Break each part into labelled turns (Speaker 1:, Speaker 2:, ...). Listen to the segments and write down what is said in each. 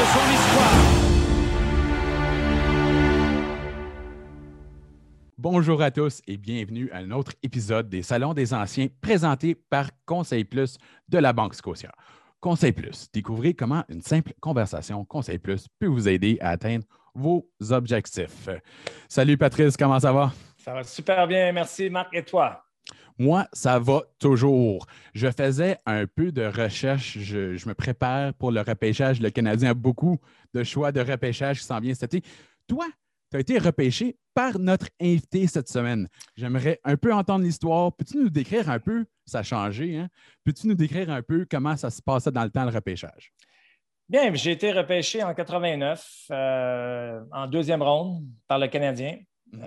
Speaker 1: de son histoire.
Speaker 2: Bonjour à tous et bienvenue à un autre épisode des Salons des Anciens présenté par Conseil Plus de la Banque Scotia. Conseil Plus, découvrez comment une simple conversation Conseil Plus peut vous aider à atteindre vos objectifs. Salut Patrice, comment ça va?
Speaker 3: Ça va super bien, merci Marc. Et toi?
Speaker 2: Moi, ça va toujours. Je faisais un peu de recherche. Je me prépare pour le repêchage. Le Canadien a beaucoup de choix de repêchage qui s'en vient cet été. Toi, tu as été repêché par notre invité cette semaine. J'aimerais un peu entendre l'histoire. Peux-tu nous décrire un peu, ça a changé, hein? Peux-tu nous décrire un peu comment ça se passait dans le temps, le repêchage?
Speaker 3: Bien, j'ai été repêché en 89, en deuxième ronde par le Canadien.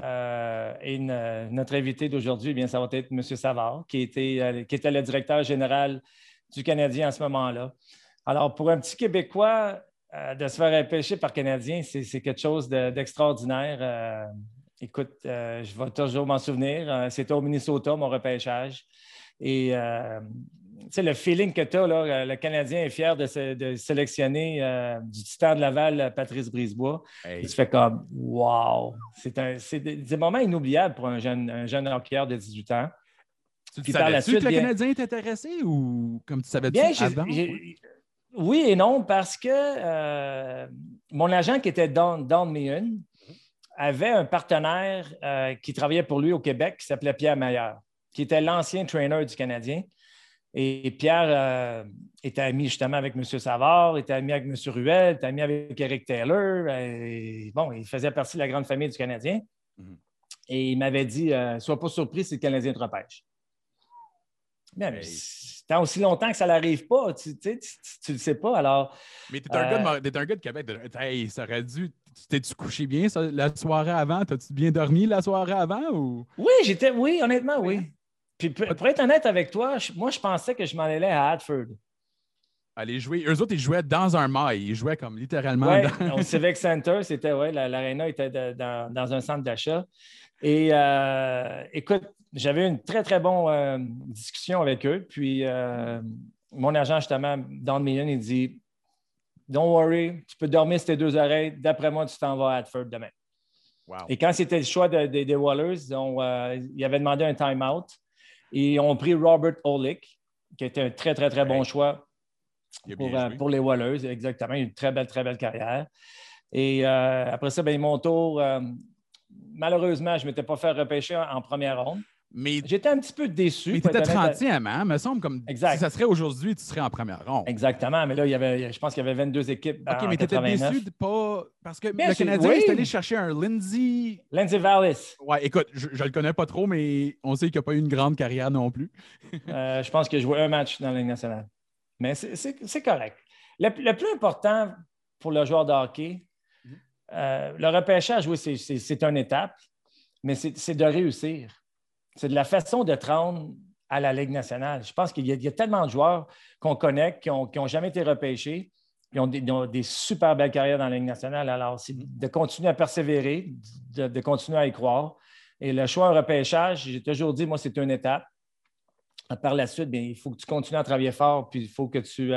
Speaker 3: Notre invité d'aujourd'hui, bien, ça va être M. Savard, qui était le directeur général du Canadien à ce moment-là. Alors, pour un petit Québécois, de se faire repêcher par Canadien, c'est quelque chose d'extraordinaire. Écoute, je vais toujours m'en souvenir. C'était au Minnesota, mon repêchage. Et tu sais, le feeling que tu as, là, le Canadien est fier de sélectionner du Titan de Laval, Patrice Brisebois. Hey. Tu fais comme « wow ». C'est des moments inoubliables pour un jeune hockeyeur de 18 ans.
Speaker 2: Tu savais-tu que le Canadien est intéressé ou comme tu savais-tu avant?
Speaker 3: Oui et non, parce que mon agent qui était Don Meehan avait un partenaire qui travaillait pour lui au Québec qui s'appelait Pierre Maillard, qui était l'ancien trainer du Canadien. Et Pierre était ami justement avec M. Savard, était ami avec M. Ruel, était ami avec Eric Taylor. Bon, il faisait partie de la grande famille du Canadien. Et il m'avait dit « Sois pas surpris si le Canadien te repêche. » Bien, mais tant aussi longtemps que ça n'arrive pas, tu le sais pas, alors...
Speaker 2: Mais t'es un gars de Québec. Hey, ça aurait dû... T'es-tu couché bien ça, la soirée avant? T'as-tu bien dormi la soirée avant? Ou...
Speaker 3: Oui, honnêtement, oui. Puis pour être honnête avec toi, moi, je pensais que je m'en allais à Hartford.
Speaker 2: Aller jouer. Eux autres, ils jouaient dans un mail. Ils jouaient comme littéralement
Speaker 3: au Civic Center. C'était, l'aréna était dans un centre d'achat. Et écoute, j'avais une très, très bonne discussion avec eux. Puis mon agent, justement, Don Meehan, il dit « Don't worry, tu peux dormir sur tes deux oreilles. D'après moi, tu t'en vas à Hartford demain. Wow. » Et quand c'était le choix des Whalers, ils avaient demandé un time-out. Et ils ont pris Robert Olick, qui était un très, très, très bon choix pour les Whalers. Exactement, il a eu une très belle carrière. Et après ça, mon tour, malheureusement, je ne m'étais pas fait repêcher en première ronde.
Speaker 2: Mais
Speaker 3: j'étais un petit peu déçu.
Speaker 2: Mais tu étais 30e, hein? Me semble comme exact. Si ça serait aujourd'hui, tu serais en première ronde.
Speaker 3: Exactement, mais là, je pense qu'il y avait 22 équipes.
Speaker 2: OK, mais tu étais déçu de pas. Parce que le Canadien est allé chercher un Lindsay
Speaker 3: Vallis.
Speaker 2: Ouais, écoute, je ne le connais pas trop, mais on sait qu'il n'a pas eu une grande carrière non plus.
Speaker 3: Je pense qu'il a joué un match dans la Ligue nationale. Mais c'est correct. Le plus important pour le joueur de hockey, le repêchage, oui, c'est une étape, mais c'est de réussir. C'est de la façon de te rendre à la Ligue nationale. Je pense qu'il y a tellement de joueurs qu'on connaît qui n'ont jamais été repêchés, qui ont des super belles carrières dans la Ligue nationale. Alors, c'est de continuer à persévérer, de continuer à y croire. Et le choix en repêchage, j'ai toujours dit, moi, c'est une étape. Par la suite, bien, il faut que tu continues à travailler fort, puis il faut que tu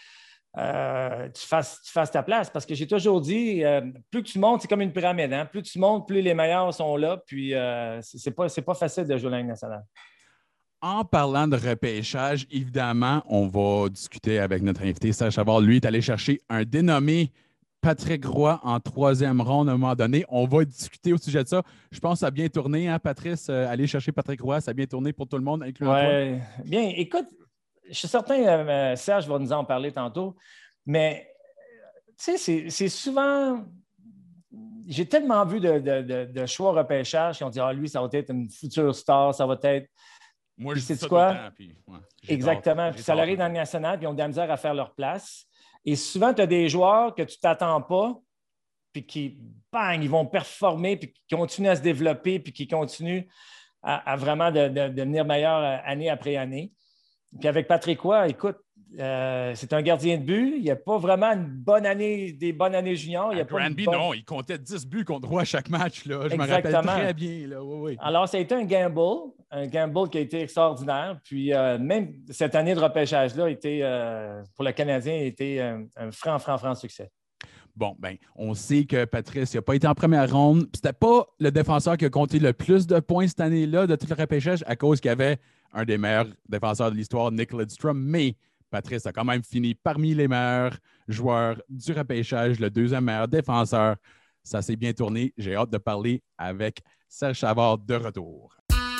Speaker 3: fasses ta place. Parce que j'ai toujours dit, plus que tu montes, c'est comme une pyramide. Hein? Plus tu montes, plus les meilleurs sont là. Puis, c'est pas facile de jouer la Ligue nationale.
Speaker 2: En parlant de repêchage, évidemment, on va discuter avec notre invité, Serge Savard. Lui est allé chercher un dénommé Patrick Roy en troisième ronde à un moment donné. On va discuter au sujet de ça. Je pense que ça a bien tourné, hein, Patrice? Aller chercher Patrick Roy, ça a bien tourné pour tout le monde, incluant toi?
Speaker 3: Bien, écoute, je suis certain, Serge va nous en parler tantôt, mais tu sais, c'est souvent... J'ai tellement vu de choix repêchage qui ont dit « Ah, lui, ça va être une future star, ça va être... »
Speaker 2: Moi, je dis ça quoi? Tout le temps, puis,
Speaker 3: exactement. Puis ça arrive dans le national, puis ils ont de la misère à faire leur place. Et souvent, tu as des joueurs que tu ne t'attends pas, puis qui, bang, ils vont performer, puis qui continuent à se développer, puis qui continuent à vraiment de devenir meilleurs année après année. Puis avec Patrick Roy, écoute, c'est un gardien de but. Il n'y a pas vraiment des bonnes années juniors.
Speaker 2: Granby, non, il comptait 10 buts contre Roy à chaque match. Là. Je me rappelle très bien. Là. Oui.
Speaker 3: Alors, ça a été un gamble qui a été extraordinaire. Puis, même cette année de repêchage-là, pour le Canadien, a été un franc succès.
Speaker 2: Bon, ben, on sait que Patrice n'a pas été en première ronde. C'était pas le défenseur qui a compté le plus de points cette année-là de tout le repêchage à cause qu'il y avait un des meilleurs défenseurs de l'histoire, Nick Lidstrom. Mais Patrice a quand même fini parmi les meilleurs joueurs du repêchage, le deuxième meilleur défenseur. Ça s'est bien tourné. J'ai hâte de parler avec Serge Savard de retour.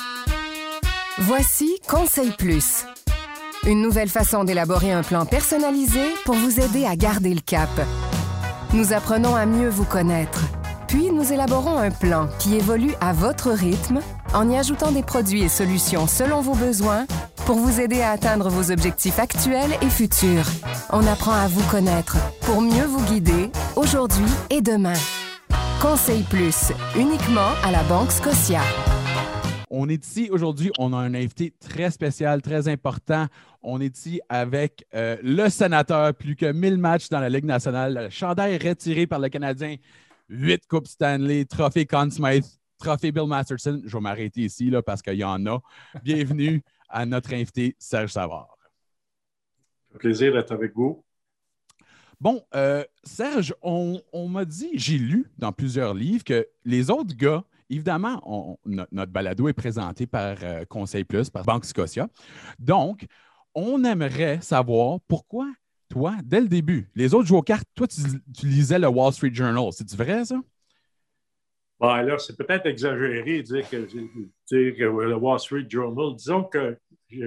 Speaker 1: Voici Conseil Plus. Une nouvelle façon d'élaborer un plan personnalisé pour vous aider à garder le cap. Nous apprenons à mieux vous connaître. Puis, nous élaborons un plan qui évolue à votre rythme en y ajoutant des produits et solutions selon vos besoins pour vous aider à atteindre vos objectifs actuels et futurs. On apprend à vous connaître pour mieux vous guider aujourd'hui et demain. Conseil Plus, uniquement à la Banque Scotia.
Speaker 2: On est ici aujourd'hui, on a un invité très spécial, très important. On est ici avec le sénateur, plus que 1000 matchs dans la Ligue nationale, le chandail retiré par le Canadien, 8 Coupes Stanley, trophée Conn Smythe, trophée Bill Masterton. Je vais m'arrêter ici là, parce qu'il y en a. Bienvenue à notre invité Serge Savard.
Speaker 4: Un plaisir d'être avec vous.
Speaker 2: Bon, Serge, on m'a dit, j'ai lu dans plusieurs livres que les autres gars, évidemment, notre balado est présenté par Conseil Plus, par Banque Scotia. Donc, on aimerait savoir pourquoi, toi, dès le début, les autres jouent aux cartes, toi, tu lisais le Wall Street Journal. C'est-tu vrai, ça?
Speaker 4: Bon, là, c'est peut-être exagéré de dire que le Wall Street Journal. Disons que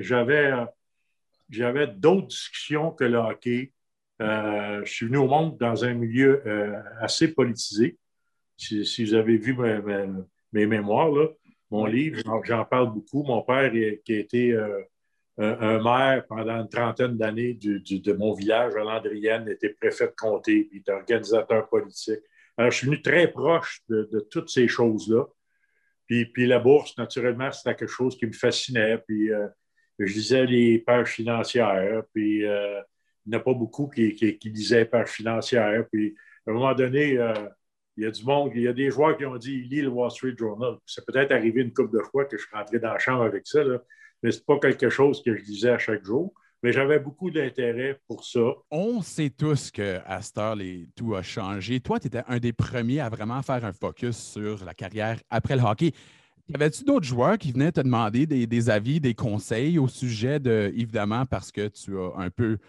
Speaker 4: j'avais d'autres discussions que le hockey. Je suis venu au monde dans un milieu assez politisé. Si vous avez vu mes mémoires, là, mon livre, j'en parle beaucoup. Mon père, qui a été un maire pendant une trentaine d'années de mon village à Landrienne, était préfet de comté, puis était organisateur politique. Alors, je suis venu très proche de toutes ces choses-là. Puis la bourse, naturellement, c'était quelque chose qui me fascinait. Puis je lisais les pages financières, puis il n'y en a pas beaucoup qui lisaient les pages financières. Puis à un moment donné, il y a du monde, il y a des joueurs qui ont dit « lis le Wall Street Journal ». C'est peut-être arrivé une couple de fois que je suis rentré dans la chambre avec ça, là, mais ce n'est pas quelque chose que je lisais à chaque jour. Mais j'avais beaucoup d'intérêt pour ça.
Speaker 2: On sait tous qu'à cette heure, tout a changé. Toi, tu étais un des premiers à vraiment faire un focus sur la carrière après le hockey. Y avait-tu d'autres joueurs qui venaient te demander des avis, des conseils au sujet de, évidemment, parce que tu as un peu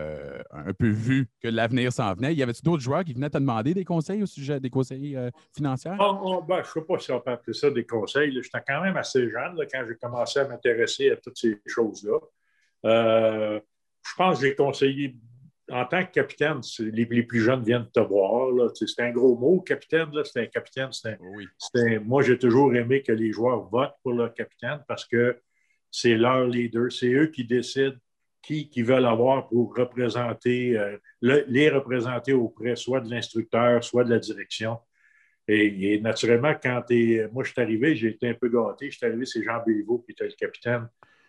Speaker 2: vu que l'avenir s'en venait. Y avait-tu d'autres joueurs qui venaient te demander des conseils au sujet des conseils financiers?
Speaker 4: Je ne sais pas si on peut appeler ça des conseils. J'étais quand même assez jeune là, quand j'ai commencé à m'intéresser à toutes ces choses-là. Je pense que j'ai conseillé en tant que capitaine, les plus jeunes viennent te voir. Là. C'est un gros mot, capitaine. C'est un capitaine.
Speaker 2: Oui.
Speaker 4: Moi, j'ai toujours aimé que les joueurs votent pour leur capitaine parce que c'est leur leader. C'est eux qui décident qui veulent avoir pour représenter, les représenter auprès soit de l'instructeur, soit de la direction. Et naturellement, moi, je suis arrivé, j'ai été un peu gâté. Je suis arrivé, c'est Jean Béliveau qui était le capitaine.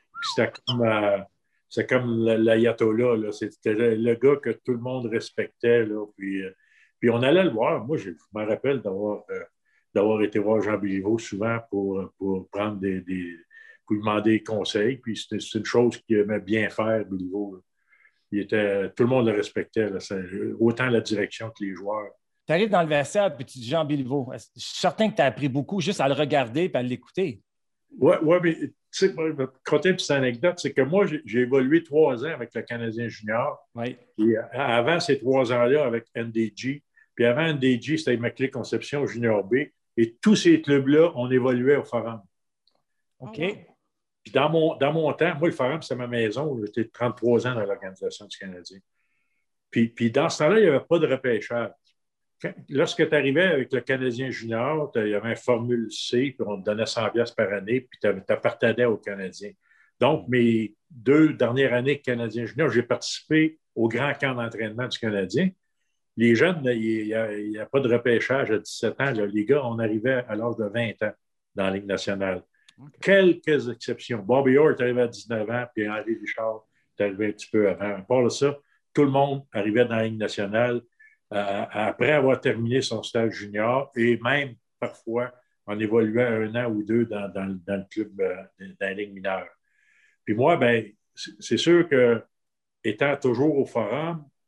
Speaker 4: C'était comme l'ayatollah. Là. C'était le gars que tout le monde respectait. Là. Puis on allait le voir. Moi, je me rappelle d'avoir été voir Jean Béliveau souvent pour prendre pour lui demander des conseils. Puis c'est une chose qu'il aimait bien faire, Béliveau. Tout le monde le respectait. Là. Autant la direction que les joueurs.
Speaker 3: Tu arrives dans le vestiaire et tu dis Jean Béliveau. Je suis certain que tu as appris beaucoup juste à le regarder et à l'écouter.
Speaker 4: Oui, mais tu sais, je vais te conter une petite anecdote. C'est que moi, j'ai évolué 3 ans avec le Canadien junior.
Speaker 3: Oui.
Speaker 4: Et avant ces 3 ans-là, avec NDG. Puis avant NDG, c'était McLean Conception Junior B. Et tous ces clubs-là, on évoluait au Forum.
Speaker 3: OK.
Speaker 4: Puis dans mon temps, moi, le Forum, c'était ma maison. J'étais 33 ans dans l'organisation du Canadien. Puis dans ce temps-là, il n'y avait pas de repêchage. Lorsque tu arrivais avec le Canadien junior, il y avait un formule C, puis on te donnait 100$ par année, puis tu appartenais au Canadien. Donc, mes 2 dernières années Canadien junior, j'ai participé au grand camp d'entraînement du Canadien. Les jeunes, il n'y a pas de repêchage à 17 ans. Là. Les gars, on arrivait à l'âge de 20 ans dans la Ligue nationale. Okay. Quelques exceptions. Bobby Orr est arrivé à 19 ans, puis Henri Richard est arrivé un petit peu avant. À part de ça, tout le monde arrivait dans la Ligue nationale après avoir terminé son stage junior et même parfois en évoluant 1 an ou 2 dans le club, dans la Ligue mineure. Puis moi, c'est sûr que étant toujours au Forum,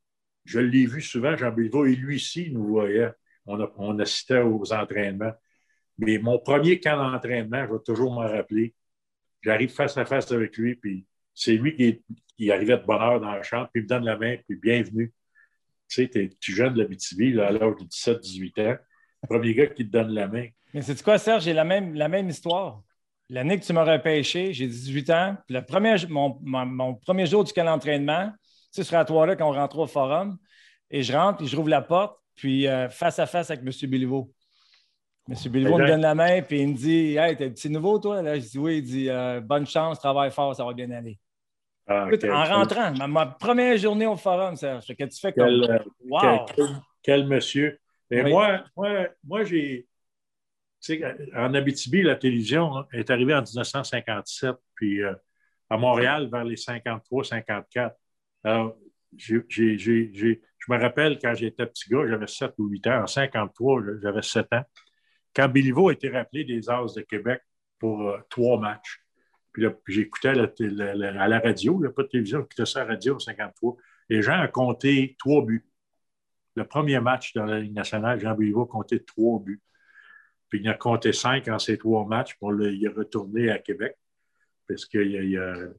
Speaker 4: je l'ai vu souvent, Jean Béliveau, et lui aussi nous voyait. On assistait aux entraînements. Mais mon premier camp d'entraînement, je vais toujours m'en rappeler. J'arrive face à face avec lui, puis c'est lui qui arrivait de bonne heure dans la chambre, puis il me donne la main, puis bienvenue. Tu sais, tu es jeune de l'Abitibi, là, à l'âge de 17-18 ans. Le premier gars qui te donne la main.
Speaker 3: Mais c'est quoi, Serge? J'ai la même histoire. L'année que tu m'as repêché, j'ai 18 ans. Puis mon premier jour du camp d'entraînement, tu sais, sur la toile quand on rentre au forum, et je rentre, puis je rouvre la porte, puis face à face avec M. Béliveau. M. Béliveau me donne la main, puis il me dit « Hey, t'es petit nouveau, toi? » Là, je dis « Oui. » Il dit « Bonne chance, travaille fort, ça va bien aller. » En rentrant, ma première journée au forum, Serge, que tu fais comme « Wow! »
Speaker 4: Quel monsieur. Mais oui. moi j'ai... Tu sais, en Abitibi, la télévision est arrivée en 1957, puis à Montréal, vers les 53-54. Alors, je me rappelle quand j'étais petit gars, j'avais 7 ou 8 ans. En 53, j'avais 7 ans. Quand Béliveau a été rappelé des As de Québec pour 3 matchs. Puis là, j'écoutais à la radio, il n'y a pas de télévision, j'écoutais ça à la radio en 53. Les gens ont compté 3 buts. Le premier match dans la Ligue nationale, Jean Béliveau a compté 3 buts. Puis il a compté 5 en ces 3 matchs. Puis il est retourné à Québec parce qu'il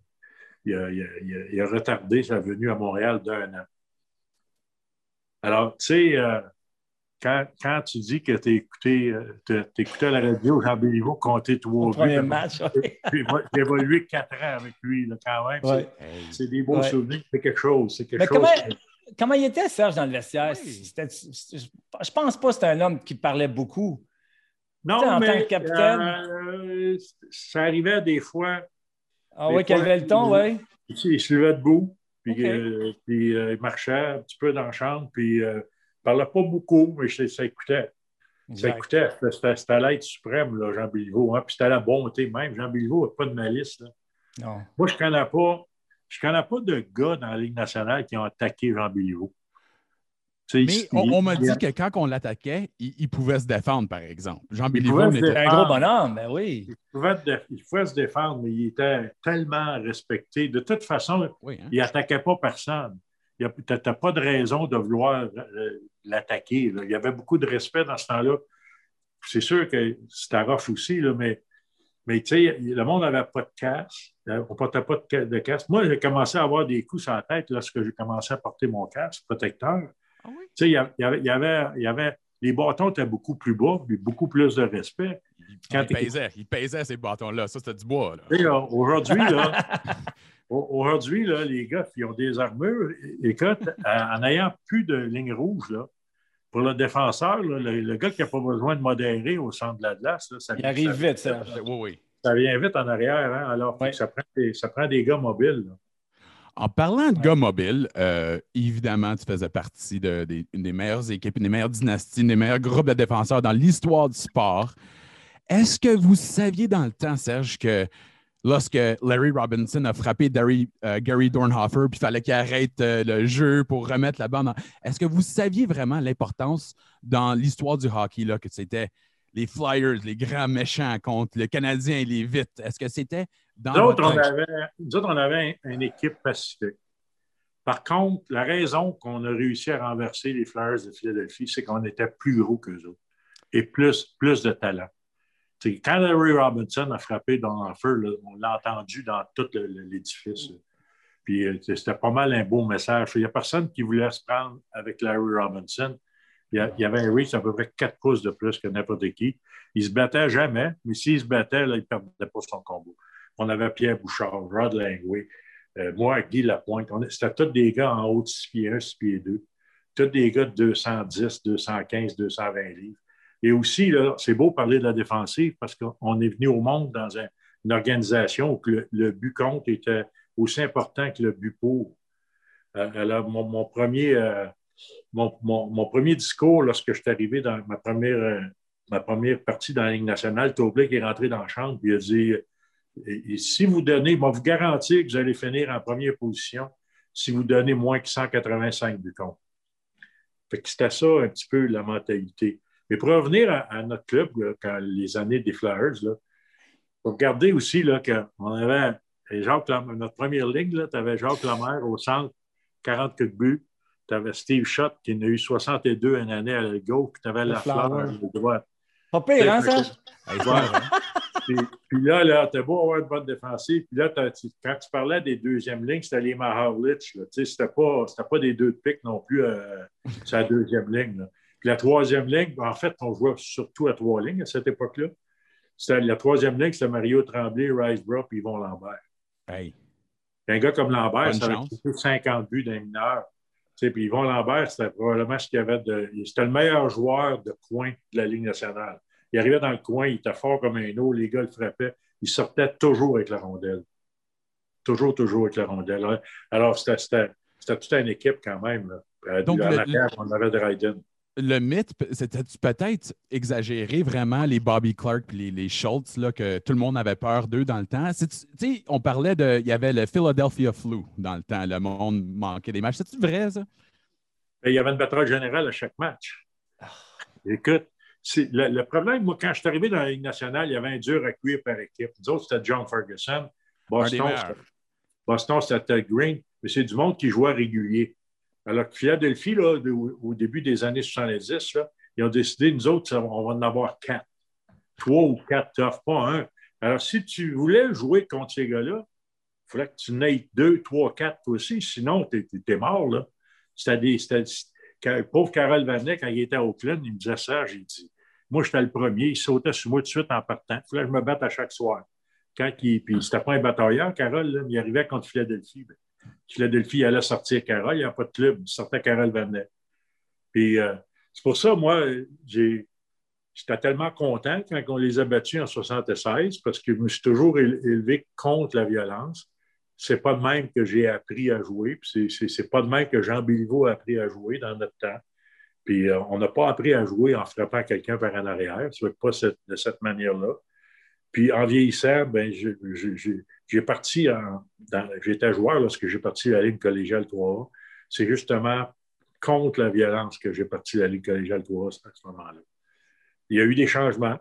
Speaker 4: a retardé sa venue à Montréal d'1 an. Alors, tu sais, quand tu dis que tu écoutais à la radio Jean Béliveau compter 3 buts.
Speaker 3: Premier match, oui.
Speaker 4: J'ai évolué 4 ans avec lui, là, quand même. Ouais. C'est des beaux souvenirs. C'est quelque chose.
Speaker 3: Comment il était, Serge, dans le vestiaire? Oui. Je pense pas que c'était un homme qui parlait beaucoup.
Speaker 4: Non,
Speaker 3: en
Speaker 4: mais
Speaker 3: tant que capitaine.
Speaker 4: Ça arrivait des fois.
Speaker 3: Ah oui, qu'il levait le ton, oui.
Speaker 4: Il se levait debout, puis il marchait un petit peu dans la chambre, puis il ne parlait pas beaucoup, mais ça écoutait. Ça écoutait. C'était l'être suprême, là, Jean Béliveau. Hein? Puis c'était la bonté même. Jean Béliveau n'a pas de malice. Là.
Speaker 3: Non.
Speaker 4: Moi, je ne connais pas de gars dans la Ligue nationale qui ont attaqué Jean Béliveau.
Speaker 2: Mais on m'a dit que quand on l'attaquait, il pouvait se défendre, par exemple. Jean Béliveau
Speaker 3: était un gros bonhomme, ben oui.
Speaker 4: Il pouvait se défendre, mais il était tellement respecté. De toute façon, il n'attaquait pas personne. Tu n'as pas de raison de vouloir l'attaquer. Là. Il y avait beaucoup de respect dans ce temps-là. C'est sûr que c'était rough aussi, là, mais tu sais, le monde n'avait pas de casque. On ne portait pas de casque. Moi, j'ai commencé à avoir des coups sur la tête lorsque j'ai commencé à porter mon casque protecteur. Ah oui? Tu sais, il y avait les bâtons étaient beaucoup plus bas, mais beaucoup plus de respect.
Speaker 2: Il pesait ces bâtons-là. Ça, c'était du bois. Là.
Speaker 4: Aujourd'hui, les gars, ils ont des armures. Écoute, en n'ayant plus de ligne rouge, là, pour le défenseur, là, le gars qui n'a pas besoin de modérer au centre de la glace, là,
Speaker 3: il arrive vite, ça.
Speaker 2: Oui.
Speaker 4: Ça vient vite en arrière, hein, alors ça prend des gars mobiles. Là.
Speaker 2: En parlant de gars mobiles, évidemment, tu faisais partie d'une des meilleures équipes, une des meilleures dynasties, une des meilleurs groupes de défenseurs dans l'histoire du sport. Est-ce que vous saviez dans le temps, Serge, que lorsque Larry Robinson a frappé Gary Dornhoefer, puis il fallait qu'il arrête le jeu pour remettre la balle, est-ce que vous saviez vraiment l'importance dans l'histoire du hockey, là, que c'était les Flyers, les grands méchants contre le Canadien et les Vites? Est-ce que c'était dans
Speaker 4: Nous autres, on avait une équipe pacifique. Par contre, la raison qu'on a réussi à renverser les Flyers de Philadelphie, c'est qu'on était plus gros qu'eux autres et plus de talent. T'sais, quand Larry Robinson a frappé Dornhoefer, on l'a entendu dans tout l'édifice. Puis c'était pas mal un beau message. Il n'y a personne qui voulait se prendre avec Larry Robinson. Il y avait un reach à peu près 4 pouces de plus que n'importe qui. Il ne se battait jamais, mais s'il se battait, là, il ne perdait pas son combat. On avait Pierre Bouchard, Rod Langway, moi, Guy Lapointe. C'était tous des gars en haut de 6 pieds 1, 6 pieds 2. Tous des gars de 210, 215, 220 livres. Et aussi, là, c'est beau parler de la défensive parce qu'on est venu au monde dans une organisation où le but contre était aussi important que le but pour. Alors, mon premier discours, lorsque je suis arrivé dans ma première partie dans la Ligue nationale, Toblick est rentré dans la chambre et il a dit « Si vous donnez, moi, vous garantir que vous allez finir en première position si vous donnez moins que 185 buts contre. » Fait que c'était ça un petit peu la mentalité. Mais pour revenir à notre club, là, quand les années des Flyers, il faut regarder aussi là, qu'on avait notre première ligue, tu avais Jacques Lemaire au centre, 44 buts. tu avais Steve Schott qui en a eu 62 une année à la gauche, puis tu avais Lafleur à la droite.
Speaker 3: Pas pire, hein, Serge?
Speaker 4: Puis là tu as beau avoir une bonne défensive, puis là, quand tu parlais des deuxièmes lignes, c'était les Mahavlich. C'était pas des deux de pique non plus sur la deuxième ligne. Là. Puis la troisième ligne, en fait, on jouait surtout à trois lignes à cette époque-là. La troisième ligne, c'était Mario Tremblay, Riceborough puis Yvon Lambert.
Speaker 2: Hey.
Speaker 4: Un gars comme Lambert,
Speaker 2: Bonne
Speaker 4: ça avait coûté 50 buts d'un mineur. Puis Yvon Lambert, c'était probablement ce qu'il y avait de. C'était le meilleur joueur de coin de la Ligue nationale. Il arrivait dans le coin, il était fort comme un eau, les gars le frappaient. Il sortait toujours avec la rondelle. Toujours avec la rondelle. Alors, c'était toute une équipe quand même.
Speaker 2: Donc,
Speaker 4: on avait Dryden.
Speaker 2: Le mythe, c'était peut-être exagéré vraiment les Bobby Clark et les Schultz, là, que tout le monde avait peur d'eux dans le temps. On parlait il y avait le Philadelphia Flu dans le temps. Le monde manquait des matchs. C'est-tu vrai, ça?
Speaker 4: Il y avait une bataille générale à chaque match. Écoute, le problème, moi, quand je suis arrivé dans la Ligue nationale, il y avait un dur à cuire par équipe. Nous autres, c'était John Ferguson. Boston, c'était Ted Green. Mais c'est du monde qui jouait régulier. Alors que Philadelphie, là, au début des années 70, là, ils ont décidé, nous autres, on va en avoir 4. 3 ou 4 tough, pas un. Alors, si tu voulais jouer contre ces gars-là, il fallait que tu n'aies 2, 3, 4 toi aussi. Sinon, t'es mort, là. Pauvre Carol Vanet, quand il était à Oakland, il me disait ça, j'ai dit. Moi, j'étais le premier, il sautait sur moi tout de suite en partant. Il fallait que je me batte à chaque soir. Puis c'était pas un batailleur, Carole, là, mais il arrivait contre Philadelphie. Philadelphie, il allait sortir Carole, il n'y a pas de club, il sortait Carole Vanet. Puis c'est pour ça, moi, j'étais tellement content quand on les a battus en 76 parce que je me suis toujours élevé contre la violence. C'est pas de même que j'ai appris à jouer, puis c'est pas de même que Jean Béliveau a appris à jouer dans notre temps. Puis on n'a pas appris à jouer en frappant quelqu'un par en arrière, c'est pas de cette manière-là. Puis en vieillissant, ben, j'ai parti j'étais joueur lorsque j'ai parti à la Ligue collégiale 3A. C'est justement contre la violence que j'ai parti à la Ligue collégiale 3A à ce moment-là. Il y a eu des changements.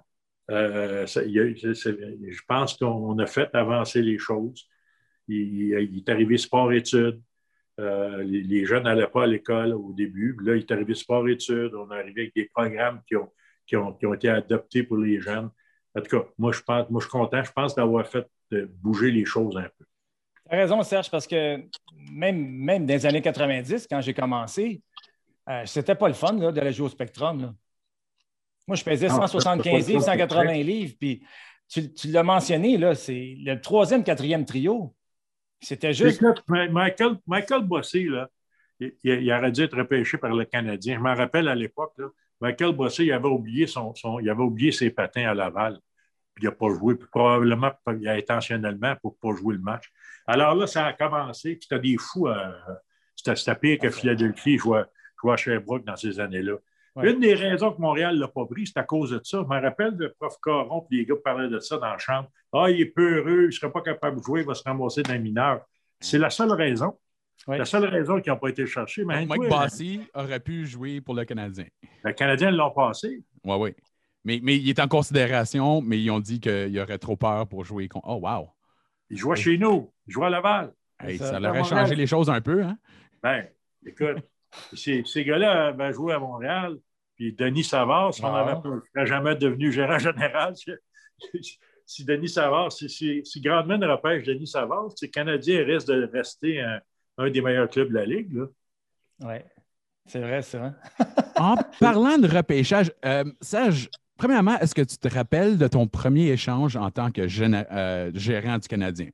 Speaker 4: Je pense qu'on a fait avancer les choses. Il est arrivé sport-études. Les jeunes n'allaient pas à l'école au début. Là, il est arrivé sport-études. On est arrivé avec des programmes qui ont été adoptés pour les jeunes. En tout cas, moi, je suis content. Je pense d'avoir fait bouger les choses un peu.
Speaker 3: Tu as raison, Serge, parce que même dans les années 90, quand j'ai commencé, c'était pas le fun là, d'aller jouer au Spectrum. Là. Moi, je pesais 175 livres, 180 livres. Puis tu l'as mentionné, là, c'est le troisième, quatrième trio. C'était juste.
Speaker 4: Écoute, Michael Bossé, là, il aurait dû être repêché par le Canadien. Je m'en rappelle à l'époque, là, Michael Bossé, il avait oublié ses patins à Laval. Puis il n'a pas joué, puis probablement intentionnellement pour ne pas jouer le match. Alors là, ça a commencé, puis tu as des fous. C'était pire que Philadelphie jouait à Sherbrooke dans ces années-là. Ouais. Une des raisons que Montréal ne l'a pas pris, c'est à cause de ça. Je me rappelle le prof Caron, puis les gars parlaient de ça dans la chambre. Ah, il est peureux, il ne serait pas capable de jouer, il va se ramasser d'un mineur. C'est la seule raison. Oui. La seule raison qu'ils n'ont pas été cherchés.
Speaker 2: Mike Bossy aurait pu jouer pour le Canadien.
Speaker 4: Le Canadien l'ont passé.
Speaker 2: Oui. Mais il est en considération, mais ils ont dit qu'il aurait trop peur pour jouer. Oh, wow.
Speaker 4: Il jouait chez nous. Il jouait à Laval.
Speaker 2: Hey, ça aurait changé les choses un peu, hein?
Speaker 4: Bien, écoute, ces gars-là avaient joué à Montréal. Puis Denis Savard, si on n'avait jamais devenu gérant général, si Denis Savard, si Grandman repêche Denis Savard, le Canadien risque de rester un des meilleurs clubs de la Ligue.
Speaker 3: Oui, c'est vrai, ça.
Speaker 2: En parlant de repêchage, Serge, premièrement, est-ce que tu te rappelles de ton premier échange en tant que gérant du Canadien?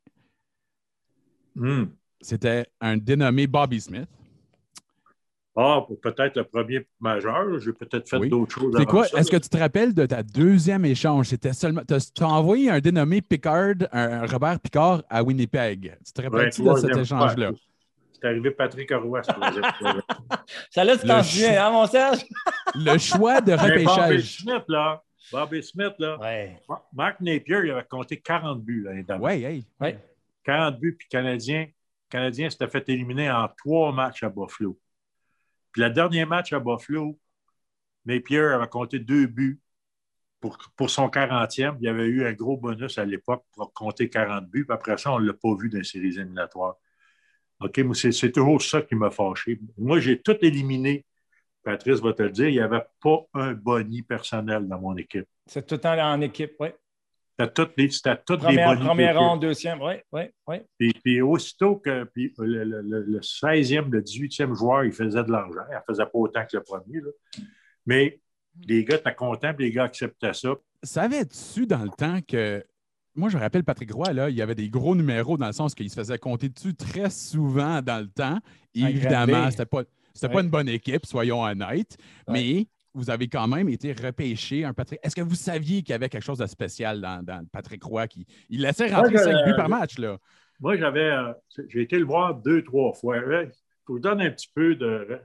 Speaker 2: C'était un dénommé Bobby Smith.
Speaker 4: Ah, peut-être le premier majeur. J'ai peut-être fait d'autres choses.
Speaker 2: C'est quoi? Est-ce que tu te rappelles de ta deuxième échange? C'était seulement. Tu as envoyé un dénommé Picard, un Robert Picard à Winnipeg. Tu te rappelles-tu de cet échange-là?
Speaker 4: C'est arrivé Patrick Roy.
Speaker 3: Ça là, tu t'en souviens, hein, mon Serge?
Speaker 2: Le choix de repêchage.
Speaker 4: Bobby Smith, là.
Speaker 3: Ouais.
Speaker 4: Mark Napier, il avait compté 40 buts l'année dernière.
Speaker 2: Oui.
Speaker 4: 40 buts, puis le Canadien s'était fait éliminer en 3 matchs à Buffalo. Puis le dernier match à Buffalo, Napier avait compté 2 buts pour son 40e. Il y avait eu un gros bonus à l'époque pour compter 40 buts. Puis après ça, on ne l'a pas vu dans les séries éliminatoires. OK, moi, c'est toujours ça qui m'a fâché. Moi, j'ai tout éliminé. Patrice va te le dire, il n'y avait pas un boni personnel dans mon équipe.
Speaker 3: C'est tout le temps en équipe, oui.
Speaker 4: C'était toutes des bonnies.
Speaker 3: Première ronde, deuxième, oui.
Speaker 4: Puis aussitôt que le 16e, le 18e joueur, il faisait de l'argent. Il ne faisait pas autant que le premier. Là. Mais les gars étaient contents, puis les gars acceptaient ça.
Speaker 2: Savais-tu dans le temps que. Moi, je me rappelle Patrick Roy, là, il y avait des gros numéros dans le sens qu'il se faisait compter dessus très souvent dans le temps. Et évidemment, c'était pas une bonne équipe, soyons honnêtes. Ouais. Mais vous avez quand même été repêché un Patrick. Est-ce que vous saviez qu'il y avait quelque chose de spécial dans Patrick Roy qui il laissait rentrer 5 buts par match? Là?
Speaker 4: Moi, j'ai été le voir 2-3 fois. Il faut vous donner un petit peu de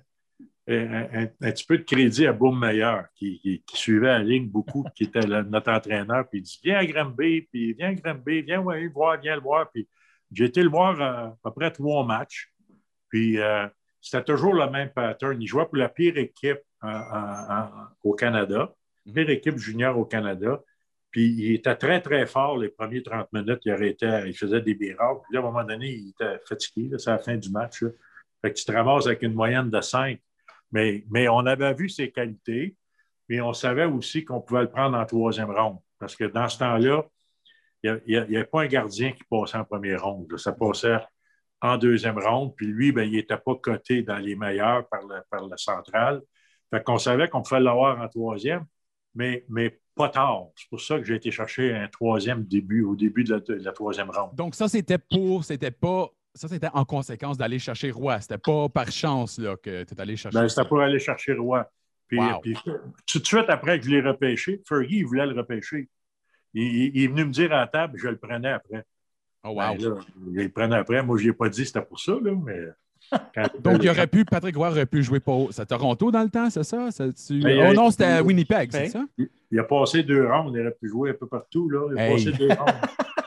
Speaker 4: crédit à Bourmeyer, qui suivait la ligne beaucoup, qui était notre entraîneur, puis il dit « Viens à Granby, puis viens le voir. » Puis j'ai été le voir à peu près 3 matchs. Puis c'était toujours le même pattern. Il jouait pour la pire équipe au Canada, pire équipe junior au Canada. Puis il était très, très fort les premiers 30 minutes. Il faisait des birards. Puis là, à un moment donné, il était fatigué. C'est la fin du match. Là. Fait que tu te ramasses avec une moyenne de 5. Mais on avait vu ses qualités, mais on savait aussi qu'on pouvait le prendre en 3e ronde. Parce que dans ce temps-là, il n'y avait pas un gardien qui passait en première ronde. Là. Ça passait en 2e ronde. Puis lui, il n'était pas coté dans les meilleurs par la centrale. Fait qu'on savait qu'on pouvait l'avoir en 3e, mais pas tard. C'est pour ça que j'ai été chercher un 3e au début de la 3e ronde.
Speaker 2: Donc ça, c'était en conséquence d'aller chercher Roy. C'était pas par chance là, que tu es allé chercher.
Speaker 4: C'était pour aller chercher Roy. Puis tout de suite après que je l'ai repêché, Fergie, il voulait le repêcher. Il est venu me dire à la table, je le prenais après.
Speaker 2: Oh, wow.
Speaker 4: Là, je le prenais après. Moi, je n'ai pas dit que c'était pour ça, là, mais.
Speaker 2: Donc, Patrick Roy aurait pu jouer pour. C'est Toronto dans le temps, c'est ça? Non, c'était à Winnipeg, c'est ça?
Speaker 4: Il a passé 2 rounds, il aurait pu jouer un peu partout, là. Il a passé 2 rounds.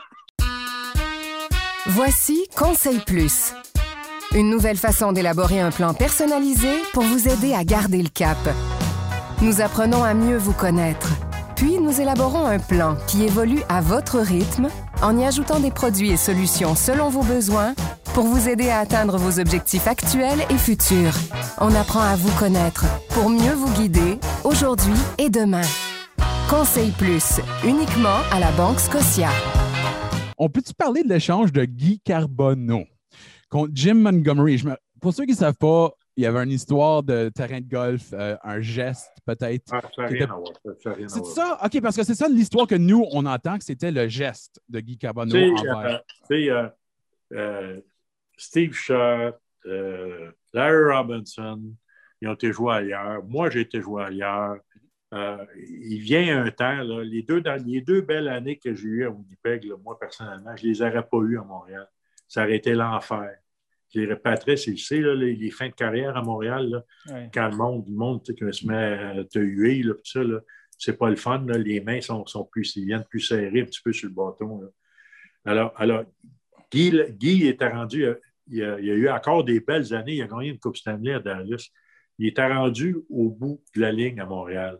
Speaker 1: Voici Conseil Plus. Une nouvelle façon d'élaborer un plan personnalisé pour vous aider à garder le cap. Nous apprenons à mieux vous connaître. Puis, nous élaborons un plan qui évolue à votre rythme en y ajoutant des produits et solutions selon vos besoins pour vous aider à atteindre vos objectifs actuels et futurs. On apprend à vous connaître pour mieux vous guider aujourd'hui et demain. Conseil Plus, uniquement à la Banque Scotia.
Speaker 2: On peut-tu parler de l'échange de Guy Carbonneau contre Jim Montgomery? Pour ceux qui ne savent pas, il y avait une histoire de terrain de golf, un geste peut-être.
Speaker 4: Ça n'a rien à voir.
Speaker 2: C'est ça? OK, parce que c'est ça l'histoire que nous, on entend que c'était le geste de Guy Carbonneau envers.
Speaker 4: Steve Shutt, Larry Robinson, ils ont été joués ailleurs. Moi, j'ai été joué ailleurs. Il vient un temps, là, les deux belles années que j'ai eues à Winnipeg, là, moi, personnellement, je ne les aurais pas eues à Montréal. Ça aurait été l'enfer. Patrice, il sait, là, les fins de carrière à Montréal, là, quand le monde qui se met à te huer, là, tout ça, là, c'est pas le fun. Là, les mains ils viennent plus serrées un petit peu sur le bâton. Là. Alors Guy était rendu, il a eu encore des belles années. Il a gagné une Coupe Stanley à Dallas. Il était rendu au bout de la ligne à Montréal.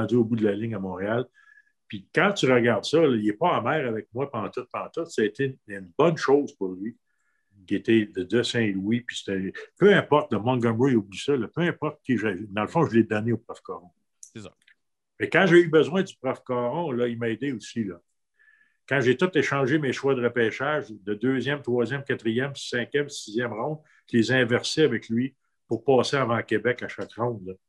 Speaker 4: Puis quand tu regardes ça, là, il n'est pas amer avec moi pantoute. Ça a été une bonne chose pour lui, qui était de Saint-Louis. Puis peu importe, de Montgomery, oublie ça. Là, peu importe qui j'ai. Dans le fond, je l'ai donné au prof Caron.
Speaker 2: C'est ça.
Speaker 4: Et quand j'ai eu besoin du prof Caron, là, il m'a aidé aussi. Là. Quand j'ai tout échangé mes choix de repêchage de 2e, 3e, 4e, 5e, 6e ronde, je les ai inversés avec lui pour passer avant Québec à chaque ronde. Là.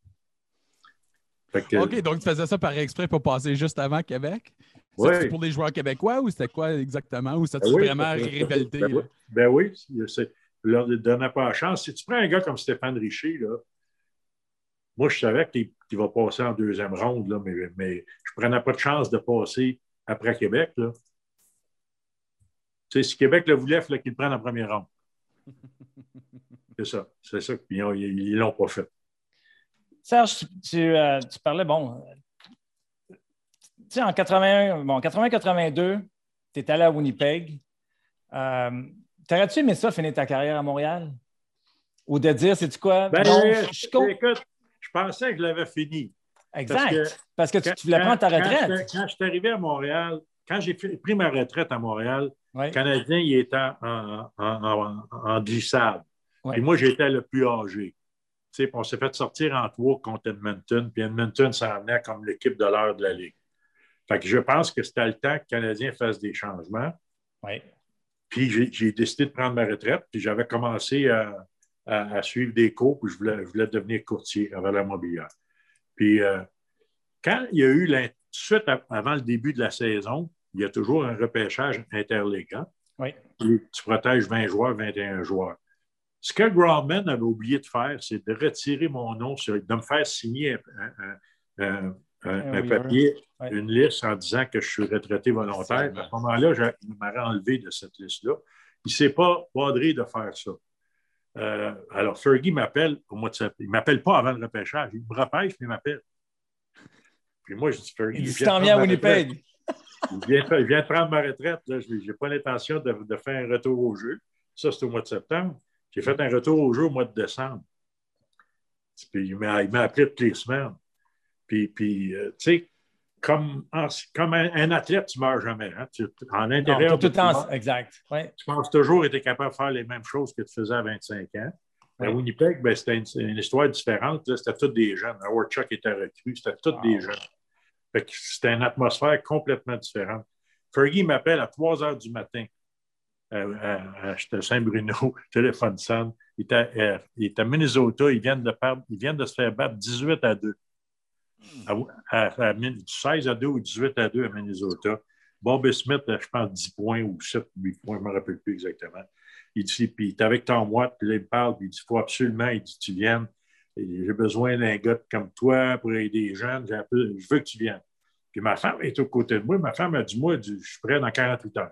Speaker 2: OK, donc tu faisais ça par exprès pour passer juste avant Québec?
Speaker 4: Oui.
Speaker 2: C'était pour les joueurs québécois ou c'était quoi exactement? Ou c'était vraiment rivalité?
Speaker 4: Oui, je leur donnais pas la chance. Si tu prends un gars comme Stéphane Richer, là, moi, je savais qu'il va passer en 2e ronde, là, mais je ne prenais pas de chance de passer après Québec. Là. Tu sais, si Québec le voulait, il fallait qu'il le prenne en 1er ronde. C'est ça. Puis ils ne l'ont pas fait.
Speaker 3: Serge, tu parlais, tu sais, en 80-82, tu es allé à Winnipeg. T'aurais-tu aimé ça, finir ta carrière à Montréal? Ou de dire, c'est-tu quoi?
Speaker 4: Écoute, je pensais que je l'avais fini.
Speaker 3: Exact. Parce que tu voulais prendre ta retraite.
Speaker 4: Quand je suis arrivé à Montréal, quand j'ai pris ma retraite à Montréal, le Canadien, il était en glissade. Puis moi, j'étais le plus âgé. Puis on s'est fait sortir en 3 contre Edmonton, puis Edmonton s'en venait comme l'équipe de l'heure de la Ligue. Fait que je pense que c'était le temps que le Canadien fasse des changements.
Speaker 3: Oui.
Speaker 4: Puis j'ai décidé de prendre ma retraite, puis j'avais commencé à suivre des cours, puis je voulais devenir courtier à Valeur Mobilière. Puis quand il y a eu, tout de suite avant le début de la saison, il y a toujours un repêchage interligue. Hein?
Speaker 3: Oui.
Speaker 4: Tu protèges 20 joueurs, 21 joueurs. Ce que Grauman avait oublié de faire, c'est de retirer mon nom, de me faire signer un papier, une liste en disant que je suis retraité volontaire. À ce moment-là, il m'aurait enlevé de cette liste-là. Il ne s'est pas badré de faire ça. Alors, Fergie m'appelle au mois de septembre. Il ne m'appelle pas avant le repêchage. Il me repêche, mais il m'appelle. Puis moi, je dis, Fergie,
Speaker 3: il t'en vient à Winnipeg.
Speaker 4: Il vient de prendre ma retraite. Je n'ai pas l'intention de faire un retour au jeu. Ça, c'est au mois de septembre. J'ai fait un retour au jeu au mois de décembre. Puis il m'a appelé toutes les semaines. Puis tu sais, comme un athlète, tu ne meurs jamais. Hein? En intérieur,
Speaker 3: non, tout le temps, exact. Ouais.
Speaker 4: Tu penses toujours être capable de faire les mêmes choses que tu faisais à 25 ans. À Winnipeg, c'était une histoire différente. C'était tous des jeunes. Howard Chuck était recru. C'était tous des jeunes. Fait que c'était une atmosphère complètement différente. Fergie m'appelle à 3 heures du matin. J'étais à Saint-Bruno, téléphone sonne. Il est à Minnesota. Ils viennent de se faire battre 18-2. 16-2 ou 18-2 à Minnesota. Bobby Smith, je pense 10 points ou 7, 8 points, je ne me rappelle plus exactement. Il dit, puis il est avec Tom Watt, puis là, il me parle, puis il dit, il faut absolument, il dit, tu viennes. J'ai besoin d'un gars comme toi pour aider les jeunes. Je veux que tu viennes. Puis ma femme est aux côtés de moi. Ma femme a dit, moi, je suis prêt dans 48 heures.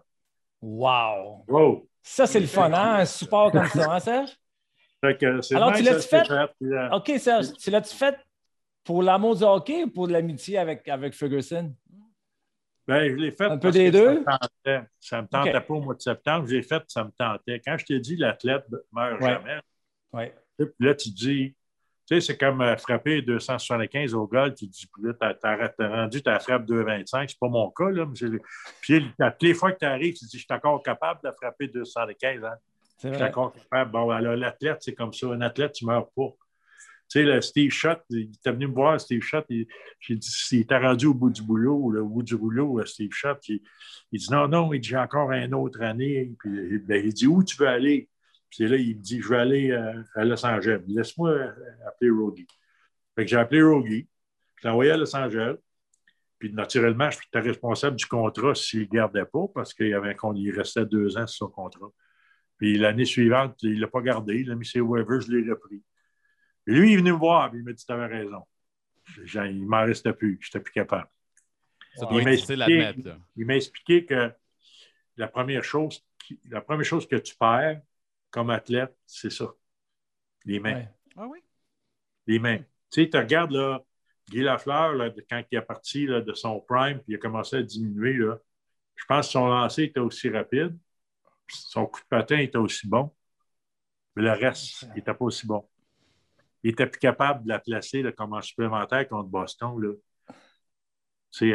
Speaker 3: Wow!
Speaker 4: Wow.
Speaker 3: Ça, c'est le fun, hein? Un support comme ça, hein, Serge?
Speaker 4: Alors,
Speaker 3: tu l'as-tu fait? OK, Serge, tu l'as-tu fait pour l'amour du hockey ou pour l'amitié avec Ferguson?
Speaker 4: Bien, je l'ai fait.
Speaker 3: Un peu des deux?
Speaker 4: Ça me tentait pas au mois de septembre. J'ai fait, ça me tentait. Quand je t'ai dit l'athlète ne meurt jamais, puis là, tu dis, tu sais, c'est comme frapper 275 au golf. Tu dis, là, t'as rendu ta frappe 2,25. C'est pas mon cas, là. Puis, toutes les fois que tu arrives, tu dis, je suis encore capable de frapper 275. Hein? Je suis encore capable. Bon, alors, l'athlète, c'est comme ça. Un athlète, tu ne meurs pas. Tu sais, le Steve Shutt, il était venu me voir, Steve Shutt, j'ai dit, il était rendu au bout du rouleau, Steve Shutt, il dit, non, il dit, j'ai encore une autre année. Puis, il dit, où tu veux aller? Puis là, il me dit, je vais aller à Los Angeles. Laisse-moi appeler Rogie. Fait que j'ai appelé Rogie, je l'ai envoyé à Los Angeles, puis naturellement, je suis responsable du contrat s'il ne le gardait pas, parce qu'il restait 2 ans sur son contrat. Puis l'année suivante, il ne l'a pas gardé, il a mis ses waivers, je l'ai repris. Et lui, il est venu me voir, puis il m'a dit, tu avais raison. Il ne m'en restait plus, je n'étais plus capable.
Speaker 2: Ça doit être difficile à admettre.
Speaker 4: Il m'a expliqué que la première chose que tu perds comme athlète, c'est ça. Les mains.
Speaker 3: Ouais.
Speaker 2: Ah oui?
Speaker 4: Les mains. Tu sais, tu regardes là, Guy Lafleur, là, quand il est parti là, de son prime, puis il a commencé à diminuer, là, je pense que son lancer était aussi rapide, son coup de patin était aussi bon, mais le reste, il n'était pas aussi bon. Il était plus capable de la placer là, comme en supplémentaire contre Boston. Là. Tu sais,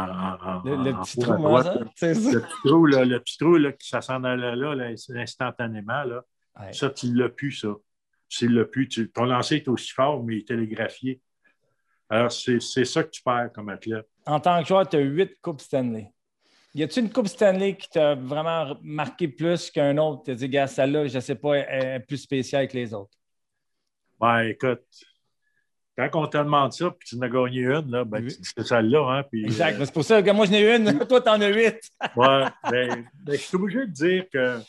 Speaker 3: le petit trou, droite, c'est ça.
Speaker 4: Le petit trou, là, ça s'en allait là, instantanément. Là. Ouais. Ça, tu ne l'as plus, ça. Tu ne l'as plus. Ton lancer est aussi fort, mais il est télégraphié. Alors, c'est ça que tu perds comme athlète.
Speaker 3: En tant que joueur, tu as 8 Coupes Stanley. Y a-t-il une Coupe Stanley qui t'a vraiment marqué plus qu'un autre? Tu as dit, gars, celle-là, je ne sais pas, elle est plus spéciale que les autres.
Speaker 4: Ben, écoute, quand on te demande ça, puis tu en as gagné une, là, ben, c'est celle-là. Hein, puis,
Speaker 3: exact. C'est pour ça que moi, j'en ai une. Toi, tu en as 8.
Speaker 4: Oui, ben, je suis obligé de dire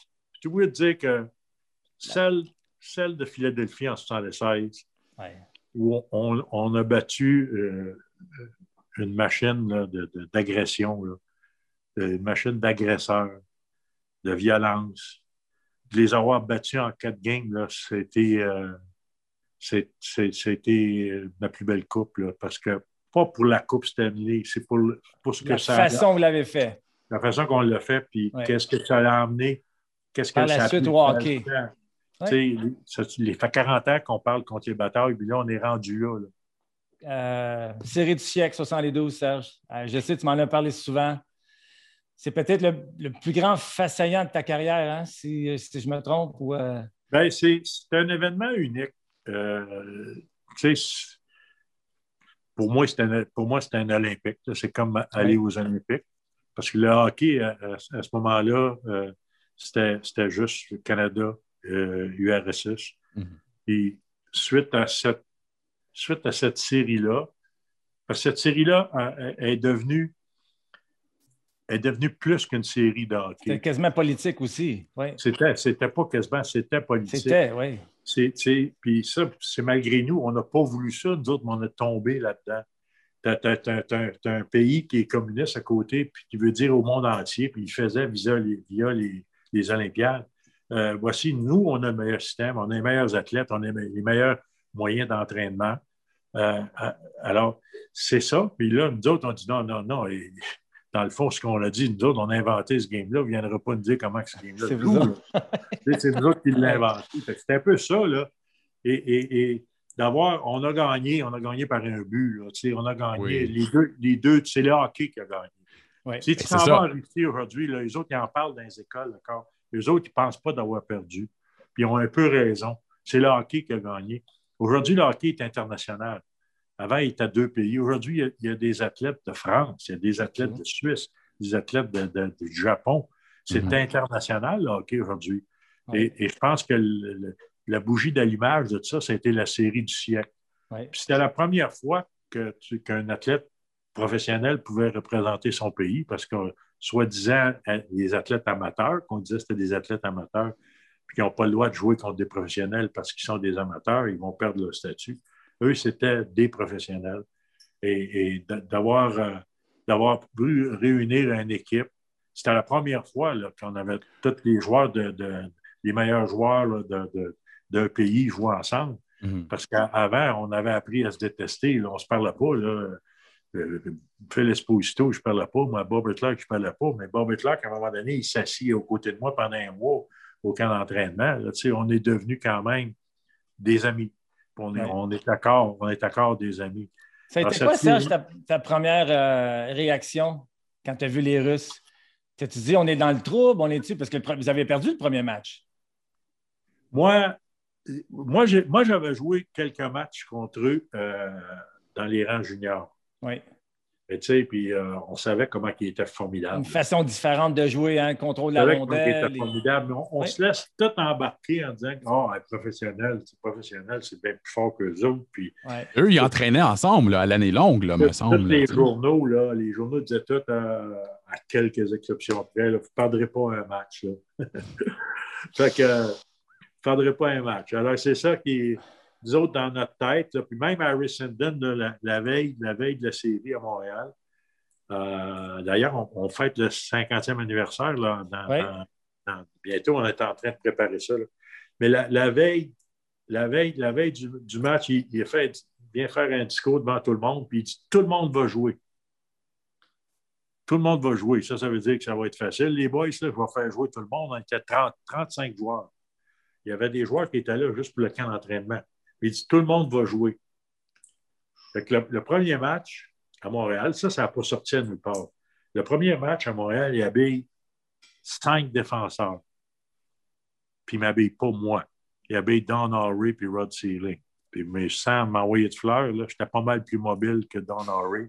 Speaker 4: que celle de Philadelphie en 1976, où on a battu une machine là, d'agression, là, une machine d'agresseurs, de violence. De les avoir battus en 4 games, là, c'était ma plus belle coupe, là, parce que pas pour la Coupe Stanley, c'est pour ce que ça a.
Speaker 3: La façon que vous l'avez fait.
Speaker 4: La façon qu'on l'a fait, puis qu'est-ce que ça a amené, qu'est-ce que ça a
Speaker 3: suite au hockey.
Speaker 4: Ça fait 40 ans qu'on parle contre les batailles, puis là, on est rendu là.
Speaker 3: Série du siècle, 72, Serge. Je sais, tu m'en as parlé souvent. c'est peut-être le plus grand fait saillant de ta carrière, hein, si je me trompe. Ou,
Speaker 4: Ben, c'est un événement unique. Tu sais, pour moi, c'est un Olympique. C'est comme aller aux Olympiques. Parce que le hockey, à ce moment-là, c'était juste le Canada, URSS. Mm-hmm. Et suite à cette série-là, parce que cette série-là est devenue plus qu'une série de hockey.
Speaker 3: C'était quasiment politique aussi. Oui.
Speaker 4: C'était pas quasiment, c'était politique.
Speaker 3: C'était, oui.
Speaker 4: Puis ça, c'est malgré nous. On n'a pas voulu ça. Nous autres, mais on est tombé là-dedans. T'as un pays qui est communiste à côté, puis qui veut dire au monde entier, puis il faisait via les Olympiades. Voici, nous, on a le meilleur système, on a les meilleurs athlètes, on a les meilleurs moyens d'entraînement. Alors, c'est ça. Puis là, nous autres, on dit non. Et dans le fond, ce qu'on a dit, nous autres, on a inventé ce game-là. Vous ne viendrez pas nous dire comment ce game-là
Speaker 3: c'est vous.
Speaker 4: C'est nous autres qui l'avons inventé. C'est un peu ça, là. Et on a gagné par un but. Là, on a gagné les deux, c'est le hockey qui a gagné.
Speaker 2: Oui.
Speaker 4: Tu s'en vas en Russie aujourd'hui, là, les autres, ils en parlent dans les écoles, d'accord? Les autres, ils ne pensent pas d'avoir perdu. Puis ils ont un peu raison. C'est le hockey qui a gagné. Aujourd'hui, le hockey est international. Avant, il était à 2 pays. Aujourd'hui, il y a des athlètes de France, il y a des athlètes de Suisse, des athlètes du Japon. C'est international, le hockey, aujourd'hui. Oui. Et je pense que la bougie d'allumage de tout ça a été la série du siècle. Oui. Puis c'était la première fois qu'un athlète professionnel pouvait représenter son pays parce que, soi-disant, les athlètes amateurs, qu'on disait que c'était des athlètes amateurs, puis qui n'ont pas le droit de jouer contre des professionnels parce qu'ils sont des amateurs, ils vont perdre leur statut. Eux, c'était des professionnels. Et d'avoir pu réunir une équipe, c'était la première fois là, qu'on avait tous les joueurs, les meilleurs joueurs là, d'un pays jouer ensemble. Mm-hmm. Parce qu'avant, on avait appris à se détester. Là, on ne se parlait pas. Là. Phil Esposito, je ne parlais pas. Moi, Bobby Clark, je ne parlais pas. Mais Bobby Clark, à un moment donné, il s'assit aux côtés de moi pendant un mois au camp d'entraînement. Là, on est devenus quand même des amis. On est d'accord des amis.
Speaker 3: Ça a été quoi, Serge, ta première réaction quand tu as vu les Russes? Tu te dis, on est dans le trouble, on est dessus, parce que vous avez perdu le premier match.
Speaker 4: Moi, j'avais joué quelques matchs contre eux dans les rangs juniors.
Speaker 3: Oui.
Speaker 4: Tu sais, puis on savait comment ils étaient formidables.
Speaker 3: Une façon différente de jouer, hein, contrôle de la rondelle.
Speaker 4: Ils étaient formidables. On se laisse tout embarquer en disant professionnel, c'est bien plus fort qu'eux autres. Puis,
Speaker 2: eux, ils entraînaient ensemble là, à l'année longue, là, me semble.
Speaker 4: Tous les journaux disaient tout à quelques exceptions près, vous ne perdrez pas un match. Là. Fait que vous ne perdrez pas un match. Alors, c'est ça qui nous autres, dans notre tête, là, puis même Harry Sindon, la veille de la série à Montréal, d'ailleurs, on fête le 50e anniversaire. Là, bientôt, on est en train de préparer ça. Là. Mais la veille du match, il vient faire un discours devant tout le monde, puis il dit « Tout le monde va jouer. » Tout le monde va jouer. Ça veut dire que ça va être facile. Les boys, là, je vais faire jouer tout le monde. On était 35 joueurs. Il y avait des joueurs qui étaient là juste pour le camp d'entraînement. Il dit, tout le monde va jouer. Fait que le premier match à Montréal, ça n'a pas sorti à nulle part. Le premier match à Montréal, il habille 5 défenseurs. Puis il ne m'habille pas moi. Il habille Don Horry puis Rod Sealing. Puis, mais sans m'envoyer de fleurs, là, j'étais pas mal plus mobile que Don Horry.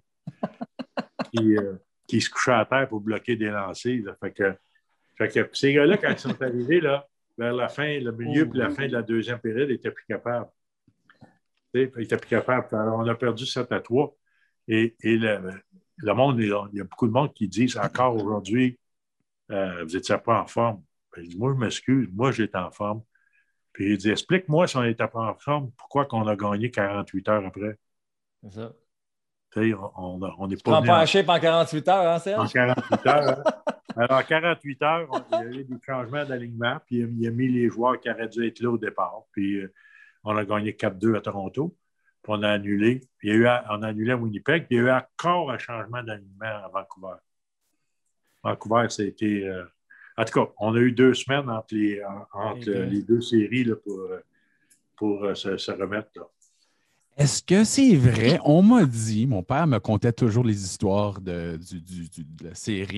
Speaker 4: qui se couchait à terre pour bloquer des lancers. Là. Fait que ces gars-là, quand ils sont arrivés, là, vers la fin, le milieu puis la fin de la deuxième période, ils n'étaient plus capables. Ils n'étaient plus capables. Alors, on a perdu 7-3. Et le monde, il y a beaucoup de monde qui disent encore aujourd'hui, vous n'étiez pas en forme. Il dit, moi, je m'excuse. Moi, j'étais en forme. Puis il dit, explique-moi si on n'était pas en forme, pourquoi qu'on a gagné 48 heures après.
Speaker 3: C'est ça.
Speaker 4: On n'est
Speaker 3: pas. Tu prends pas un shape en 48 heures, hein, Serge?
Speaker 4: En 48 heures. Hein? Alors, en 48 heures, il y a eu des changements d'alignement, puis il a mis les joueurs qui auraient dû être là au départ. Puis on a gagné 4-2 à Toronto, puis on a annulé. Puis on a annulé à Winnipeg, puis il y a eu encore un changement d'alignement à Vancouver. Vancouver, c'était. En tout cas, on a eu 2 semaines entre les 2 séries là, pour se remettre là.
Speaker 2: Est-ce que c'est vrai? On m'a dit, mon père me contait toujours les histoires de la série.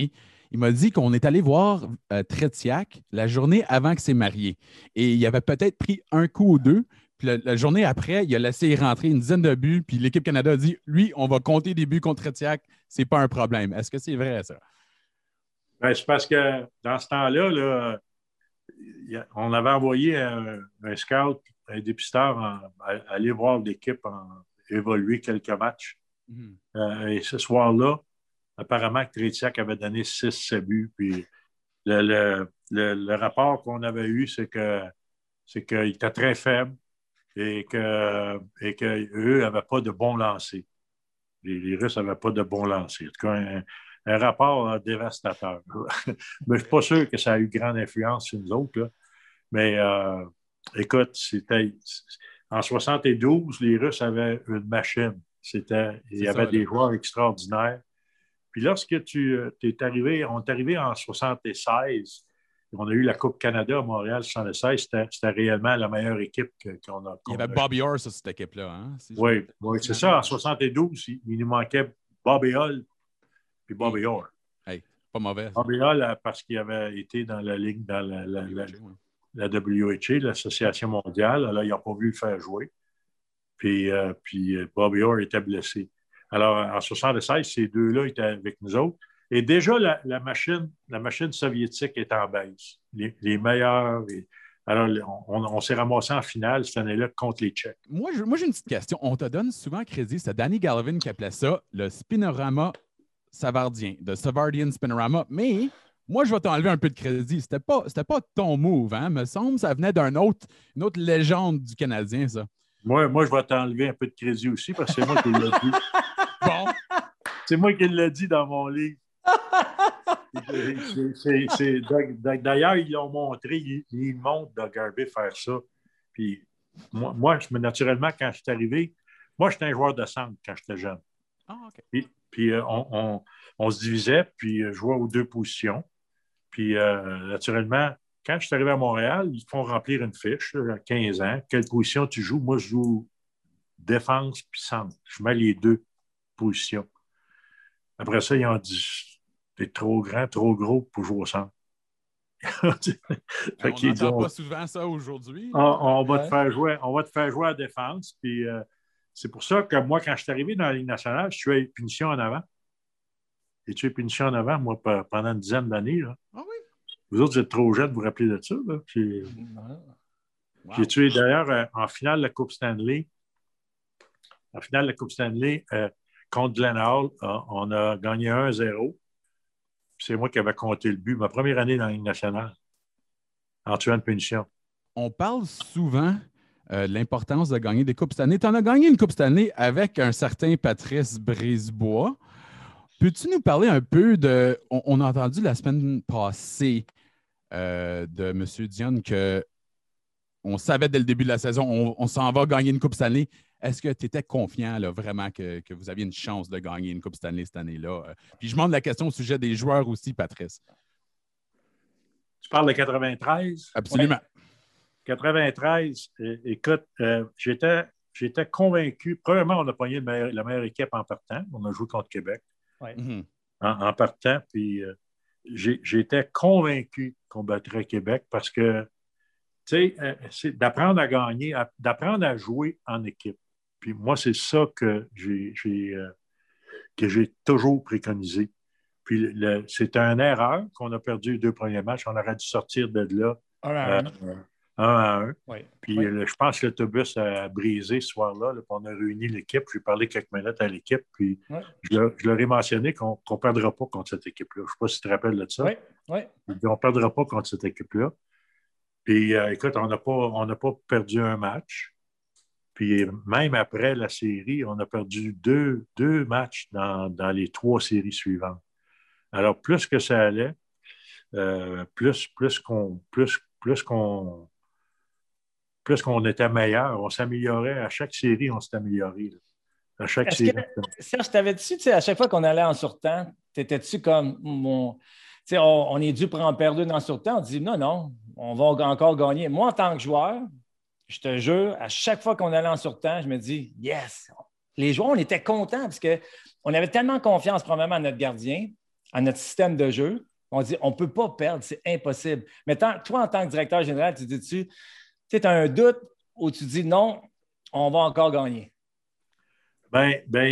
Speaker 2: Il m'a dit qu'on est allé voir Tretiak la journée avant qu'il s'est marié. Et il avait peut-être pris un coup ou deux. Puis la journée après, il a laissé rentrer une dizaine de buts. Puis l'équipe Canada a dit, lui, on va compter des buts contre Tretiak. C'est pas un problème. Est-ce que c'est vrai, ça?
Speaker 4: Ben, c'est parce que dans ce temps-là, là, on avait envoyé un scout, un dépisteur, aller voir l'équipe évoluer quelques matchs. Et ce soir-là, apparemment que Tretiak avait donné 6 buts. Puis le rapport qu'on avait eu, c'est qu'il était très faible et qu'eux n'avaient pas de bons lancers. Les Russes n'avaient pas de bons lancers. En tout cas, un rapport dévastateur. Mais je ne suis pas sûr que ça a eu grande influence sur nous autres, là. Mais écoute, en 72, les Russes avaient une machine. Il y avait des joueurs extraordinaires. Puis lorsque tu es arrivé, on est arrivé en 76, on a eu la Coupe Canada à Montréal en 76, c'était réellement la meilleure équipe qu'on a.
Speaker 2: Il y avait Bobby Orr sur cette équipe-là. Hein?
Speaker 4: Oui, c'est ça. En 72, il nous manquait Bobby Hull puis Bobby Orr.
Speaker 2: Hey, pas mauvais.
Speaker 4: Bobby Hull, parce qu'il avait été dans la ligue, dans la WHA, l'Association mondiale. Alors, ils n'ont pas voulu le faire jouer. Puis Bobby Orr était blessé. Alors, en 76, ces deux-là étaient avec nous autres. Et déjà, la machine soviétique est en baisse. Les meilleurs. Alors, on s'est ramassé en finale cette année-là contre les Tchèques.
Speaker 2: Moi, j'ai une petite question. On te donne souvent crédit. C'est Danny Galvin qui appelait ça le spinorama savardien, de Savardian Spinorama. Mais moi, je vais t'enlever un peu de crédit. C'était pas ton move, hein? Me semble ça venait une autre légende du Canadien, ça.
Speaker 4: Moi, je vais t'enlever un peu de crédit aussi parce que c'est moi qui l'ai dit.
Speaker 2: Bon.
Speaker 4: C'est moi qui l'ai dit dans mon livre. D'ailleurs, ils l'ont montré. Ils montrent Doug Harvey faire ça. Puis moi, naturellement, quand je suis arrivé, moi, j'étais un joueur de centre quand j'étais jeune.
Speaker 2: Ah, OK.
Speaker 4: Puis on se divisait, puis je jouais aux 2 positions. Puis naturellement, quand je suis arrivé à Montréal, ils font remplir une fiche à 15 ans. Quelle position tu joues? Moi, je joue défense puis centre. Je mets les 2 positions. Après ça, ils ont dit t'es trop grand, trop gros pour jouer au centre.
Speaker 2: On n'entend pas souvent ça aujourd'hui.
Speaker 4: On va te faire jouer à la défense. Puis c'est pour ça que moi, quand je suis arrivé dans la Ligue nationale, je tuais punition en avant. J'ai tué punition en avant, moi, pendant une dizaine d'années. Là.
Speaker 2: Ah oui?
Speaker 4: Vous autres, vous êtes trop jeunes de vous rappeler de ça. Là. J'ai tué d'ailleurs en finale de la Coupe Stanley. En finale de la Coupe Stanley, contre Glenn Hall, on a gagné 1-0. C'est moi qui avais compté le but. Ma première année dans la Ligue nationale, en tuant une punition.
Speaker 2: On parle souvent de l'importance de gagner des Coupes Stanley. Tu en as gagné une Coupe Stanley avec un certain Patrice Brisebois. Peux-tu nous parler un peu de... On a entendu la semaine passée de M. Dionne qu'on savait dès le début de la saison, on s'en va gagner une Coupe Stanley. Est-ce que tu étais confiant là, vraiment que vous aviez une chance de gagner une Coupe Stanley cette année-là? Puis je demande la question au sujet des joueurs aussi, Patrice.
Speaker 4: Tu parles de 93?
Speaker 2: Absolument.
Speaker 4: Ouais. 93, écoute, j'étais convaincu. Premièrement, on a pogné la meilleure équipe en partant. On a joué contre Québec.
Speaker 3: Ouais.
Speaker 4: En partant, puis j'étais convaincu qu'on battrait Québec parce que, tu sais, c'est d'apprendre à gagner, d'apprendre à jouer en équipe. Puis moi, c'est ça que j'ai toujours préconisé. Puis c'était une erreur qu'on a perdu les 2 premiers matchs. On aurait dû sortir de là 1-1.
Speaker 3: Oui.
Speaker 4: Puis je pense que l'autobus a brisé ce soir-là. Là, on a réuni l'équipe. J'ai parlé quelques minutes à l'équipe. Puis je leur ai mentionné qu'on ne perdra pas contre cette équipe-là. Je ne sais pas si tu te rappelles de ça.
Speaker 3: Oui.
Speaker 4: On ne perdra pas contre cette équipe-là. Puis écoute, on n'a pas perdu un match. Puis même après la série, on a perdu deux matchs dans les 3 séries suivantes. Alors, plus que ça allait, plus qu'on était meilleur, on s'améliorait. À chaque série, on s'est amélioré. Là. À chaque série.
Speaker 3: Serge, t'avais-tu, à chaque fois qu'on allait en surtemps, t'étais-tu comme on est dû pour en perdre 2 en surtemps? On dit non, on va encore gagner. Moi, en tant que joueur, je te jure, à chaque fois qu'on allait en surtemps, je me dis yes! Les joueurs, on était contents parce qu'on avait tellement confiance, probablement, à notre gardien, à notre système de jeu, On dit, on ne peut pas perdre, c'est impossible. Mais toi, en tant que directeur général, tu dis-tu, tu as un doute ou tu dis non, on va encore gagner?
Speaker 4: Ben,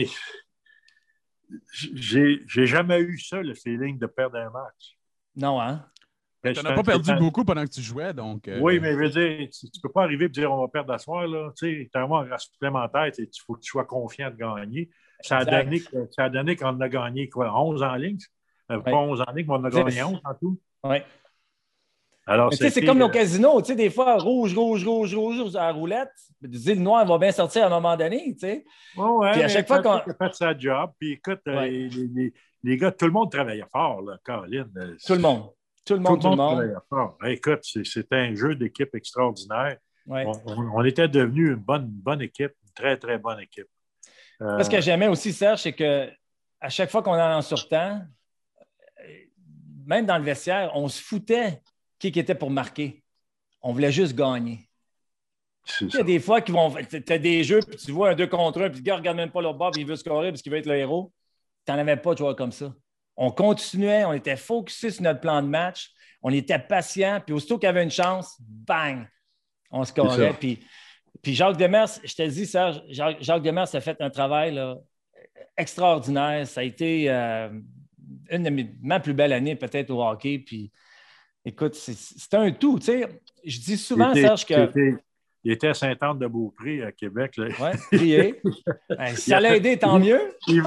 Speaker 4: j'ai jamais eu ça, le feeling de perdre un match.
Speaker 3: Non, hein?
Speaker 2: Tu n'en as pas perdu beaucoup pendant que tu jouais, donc...
Speaker 4: Oui, mais je veux dire, tu ne peux pas arriver et dire on va perdre à soir, là. Tu sais, tu as un reste supplémentaire, il faut que tu sois confiant de gagner. Ça a donné qu'on a gagné quoi, 11 en ligne? Pas 11 en ligne, mais on a gagné 11 en tout.
Speaker 3: Oui.
Speaker 4: Alors,
Speaker 3: c'est comme nos casinos, tu sais, des fois, rouge à la roulette. Tu dis, le noir va bien sortir à un moment donné, tu sais.
Speaker 4: Oui,
Speaker 3: puis à chaque fois qu'on
Speaker 4: a fait sa job, puis écoute, les gars, tout le monde travaillait fort, là, Caroline.
Speaker 3: Tout le monde. Tout le monde
Speaker 4: travaillait fort. Écoute, c'était un jeu d'équipe extraordinaire.
Speaker 3: Ouais.
Speaker 4: On était devenu une bonne équipe, une très, très bonne équipe.
Speaker 3: Ce que j'aimais aussi, Serge, c'est qu'à chaque fois qu'on allait en surtemps, même dans le vestiaire, on se foutait qui était pour marquer. On voulait juste gagner. Il y a des fois qui vont. Tu as des jeux, puis tu vois un 2 contre 1, puis le gars ne regarde même pas leur bord, puis il veut scorer parce qu'il veut être le héros. Tu n'en avais pas de joueurs comme ça. On continuait, on était focusés sur notre plan de match, on était patients, puis aussitôt qu'il y avait une chance, bang, on scorait. Puis Jacques Demers, je te dis, Serge, Jacques Demers a fait un travail là, extraordinaire. Ça a été une de ma plus belles années, peut-être, au hockey. Puis écoute, c'est un tout. Tu sais, je dis souvent, Serge, que.
Speaker 4: Il était à Sainte-Anne-de-Beaupré, à Québec. Oui,
Speaker 3: prier. Si ça l'a aidé, tant mieux.
Speaker 4: Il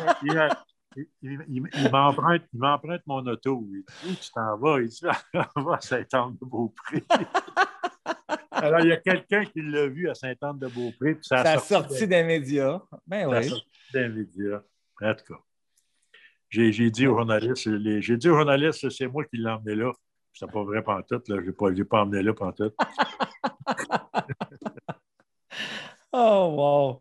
Speaker 4: m'emprunte mon auto. Il dit, tu t'en vas? Il dit, on va à Sainte-Anne-de-Beaupré. Alors, il y a quelqu'un qui l'a vu à Sainte-Anne-de-Beaupré.
Speaker 3: Ça a sorti des médias. Ben oui. Ça a sorti
Speaker 4: des médias. En tout cas. J'ai dit aux journalistes, c'est moi qui l'ai emmené là. C'était pas vrai pantoute, là. Je l'ai pas emmené là pantoute.
Speaker 3: Oh, wow!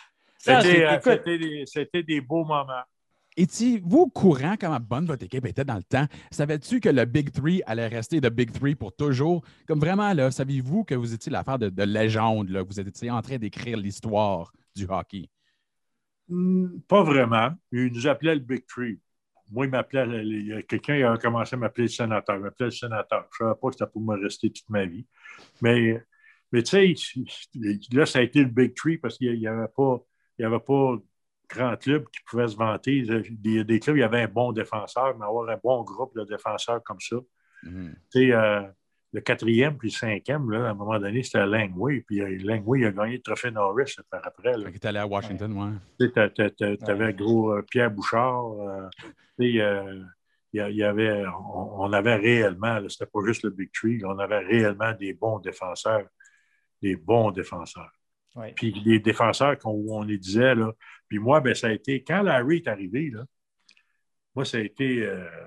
Speaker 4: C'était des beaux moments.
Speaker 2: Étiez-vous au courant comment bonne votre équipe était dans le temps? Savais-tu que le Big Three allait rester le Big Three pour toujours? Comme vraiment, là, saviez-vous que vous étiez l'affaire de légende, là, que vous étiez en train d'écrire l'histoire du hockey?
Speaker 4: Pas vraiment. Il nous appelait le Big Three. Moi, il m'appelait, quelqu'un a commencé à m'appeler le sénateur. Il m'appelait le sénateur. Je ne savais pas que c'était pour me rester toute ma vie. Mais tu sais, là, ça a été le Big Three parce qu'il n'y avait pas grand club qui pouvait se vanter. Des clubs, il y avait un bon défenseur, mais avoir un bon groupe de défenseurs comme ça. Tu sais, le 4e puis le 5e, là, à un moment donné, c'était Langway. Puis Langway, il a gagné le trophée Norris par après.
Speaker 2: Il est allé à Washington, oui.
Speaker 4: Tu avais gros Pierre Bouchard. On avait réellement, c'était pas juste le Big Three, on avait réellement des bons défenseurs. Des bons défenseurs.
Speaker 3: Oui.
Speaker 4: Puis les défenseurs on les disait, là. Puis moi, ben, ça a été, quand Larry est arrivé, là, moi, ça a été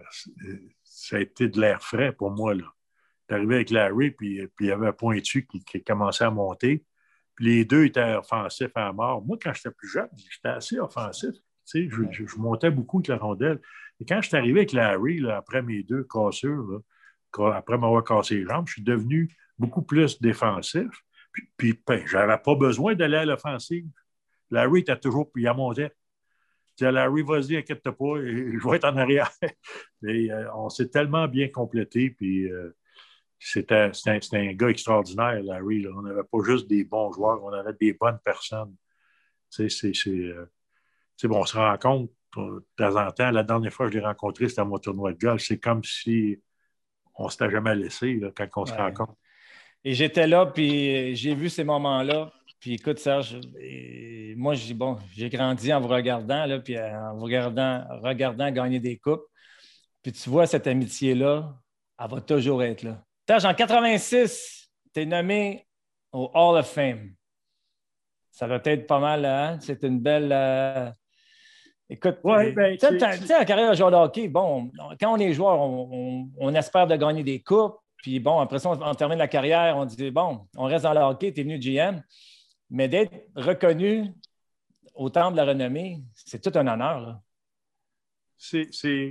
Speaker 4: de l'air frais pour moi, là. T'es arrivé avec Larry, puis il y avait un pointu qui commençait à monter. Puis les deux étaient offensifs à mort. Moi, quand j'étais plus jeune, j'étais assez offensif. Tu sais, je montais beaucoup avec la rondelle. Et quand je suis arrivé avec Larry, là, après mes 2 cassures, là, après m'avoir cassé les jambes, je suis devenu beaucoup plus défensif. Puis je n'avais pas besoin d'aller à l'offensive. Larry était toujours, puis il montait. Je disais, Larry, vas-y, inquiète-toi pas, je vais être en arrière. Mais on s'est tellement bien complété, puis c'était un gars extraordinaire, Larry. Là. On n'avait pas juste des bons joueurs, on avait des bonnes personnes. Tu sais, on se rencontre de temps en temps. La dernière fois que je l'ai rencontré, c'était à mon tournoi de golf. C'est comme si on ne s'était jamais laissé là, quand on se rencontre.
Speaker 3: Et j'étais là, puis j'ai vu ces moments-là. Puis écoute, Serge, moi, j'ai grandi en vous regardant, là, puis en vous regardant gagner des coupes. Puis tu vois, cette amitié-là, elle va toujours être là. Serge, en 86, tu es nommé au Hall of Fame. Ça va être pas mal, hein? C'est une belle... Écoute,
Speaker 4: ouais,
Speaker 3: tu sais, en carrière de joueur de hockey, bon, quand on est joueur, on espère de gagner des coupes. Puis bon, après ça, on termine la carrière, on dit, bon, on reste dans le hockey, tu es venu GM. Mais d'être reconnu au temple de la renommée, c'est tout un honneur. Là.
Speaker 4: C'est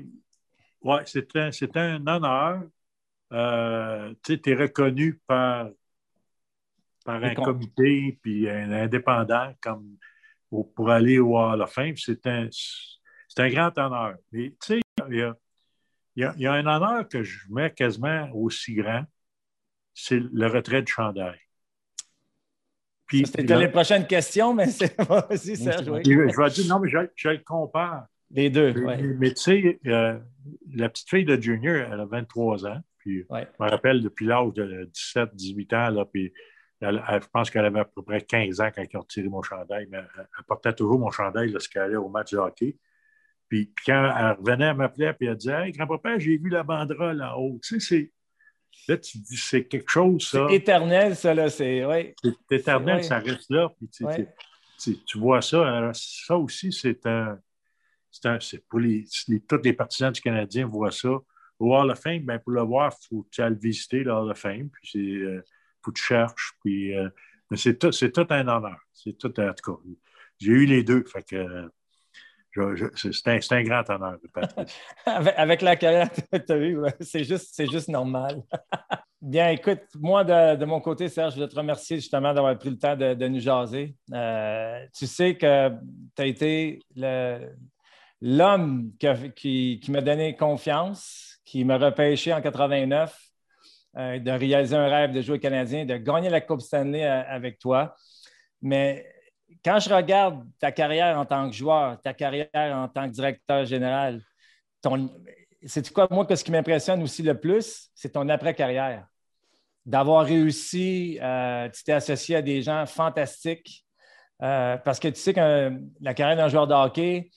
Speaker 4: un honneur. Tu es reconnu par un comité puis un indépendant comme pour aller au Hall of Fame. C'est un grand honneur. Mais tu sais, il il y a un honneur que je mets quasiment aussi grand, c'est le retrait de chandail.
Speaker 3: Puis, c'était les prochaines questions, mais c'est aussi Serge. Oui.
Speaker 4: Je vais dire, non, mais je le compare.
Speaker 3: Les deux,
Speaker 4: mais tu sais, la petite fille de Junior, elle a 23 ans. Puis, je me rappelle depuis l'âge de 17, 18 ans, là, puis je pense qu'elle avait à peu près 15 ans quand ils ont retiré mon chandail, mais elle portait toujours mon chandail lorsqu'elle allait au match de hockey. Puis quand elle revenait, elle m'appelait, puis elle disait « Hey, grand-papa, j'ai vu la banderole en haut. » Tu sais, là, tu dis, c'est quelque chose, ça.
Speaker 3: C'est éternel, ça, là. C'est
Speaker 4: éternel, ça reste là. Puis tu vois ça. Alors, ça aussi, c'est pour tous les partisans du Canadien voient ça. Au Hall of Fame, ben, pour le voir, il faut que tu ailles le visiter, le Hall of Fame. Puis il faut que tu cherches. Puis, mais c'est tout un honneur. C'est tout, en tout cas. J'ai eu les deux. Fait que c'est un grand honneur, Patrice.
Speaker 3: Avec la carrière que tu as eue, ouais, c'est juste normal. Bien, écoute, moi, de mon côté, Serge, je veux te remercier justement d'avoir pris le temps de nous jaser. Tu sais que tu as été l'homme qui m'a donné confiance, qui m'a repêché en 89, de réaliser un rêve de jouer Canadien, de gagner la Coupe Stanley avec toi. Mais quand je regarde ta carrière en tant que joueur, ta carrière en tant que directeur général, c'est quoi, moi, ce qui m'impressionne aussi le plus, c'est ton après-carrière. D'avoir réussi, tu t'es associé à des gens fantastiques, parce que tu sais que la carrière d'un joueur de hockey,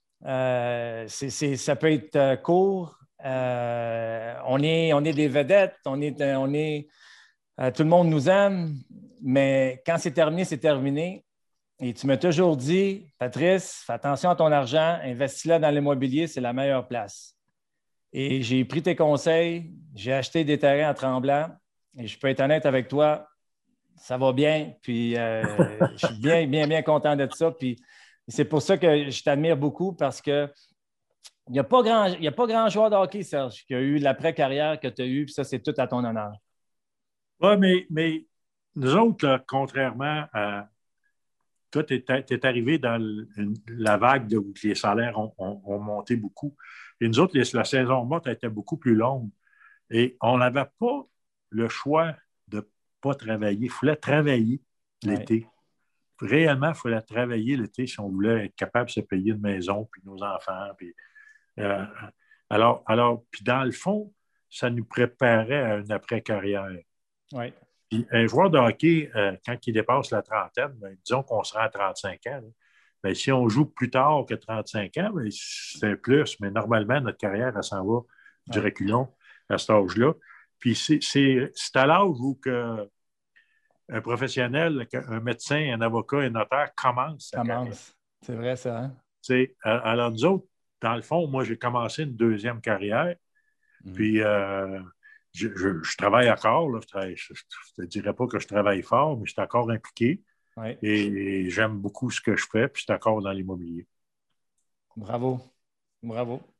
Speaker 3: ça peut être court. On est des vedettes, tout le monde nous aime, mais quand c'est terminé, c'est terminé. Et tu m'as toujours dit, Patrice, fais attention à ton argent, investis-le dans l'immobilier, c'est la meilleure place. Et j'ai pris tes conseils, j'ai acheté des terrains à Tremblant, et je peux être honnête avec toi, ça va bien, puis je suis bien, bien, bien content de ça. Puis c'est pour ça que je t'admire beaucoup, parce que il n'y a pas grand joueur de hockey, Serge, qui a eu l'après-carrière que tu as eue, puis ça, c'est tout à ton honneur.
Speaker 4: Oui, mais nous autres, là, contrairement à... Toi, tu es arrivé dans la vague où les salaires ont monté beaucoup. Et nous autres, la saison morte a été beaucoup plus longue. Et on n'avait pas le choix de ne pas travailler. Il fallait travailler l'été. Ouais. Réellement, il fallait travailler l'été si on voulait être capable de se payer une maison, puis nos enfants. Puis, alors, puis dans le fond, ça nous préparait à une après-carrière.
Speaker 3: Oui.
Speaker 4: Puis un joueur de hockey, quand il dépasse la trentaine, ben, disons qu'on sera à 35 ans, bien, si on joue plus tard que 35 ans, bien, c'est un plus. Mais normalement, notre carrière, elle s'en va du reculon à cet âge-là. Puis c'est à l'âge où un professionnel, un médecin, un avocat, un notaire commence.
Speaker 3: C'est vrai, ça. Hein?
Speaker 4: Alors, nous autres, dans le fond, moi, j'ai commencé une deuxième carrière. Puis... Je travaille encore. Là, je ne te dirais pas que je travaille fort, mais je suis encore impliqué.
Speaker 3: Oui.
Speaker 4: Et j'aime beaucoup ce que je fais, puis je suis encore dans l'immobilier.
Speaker 3: Bravo. Bravo.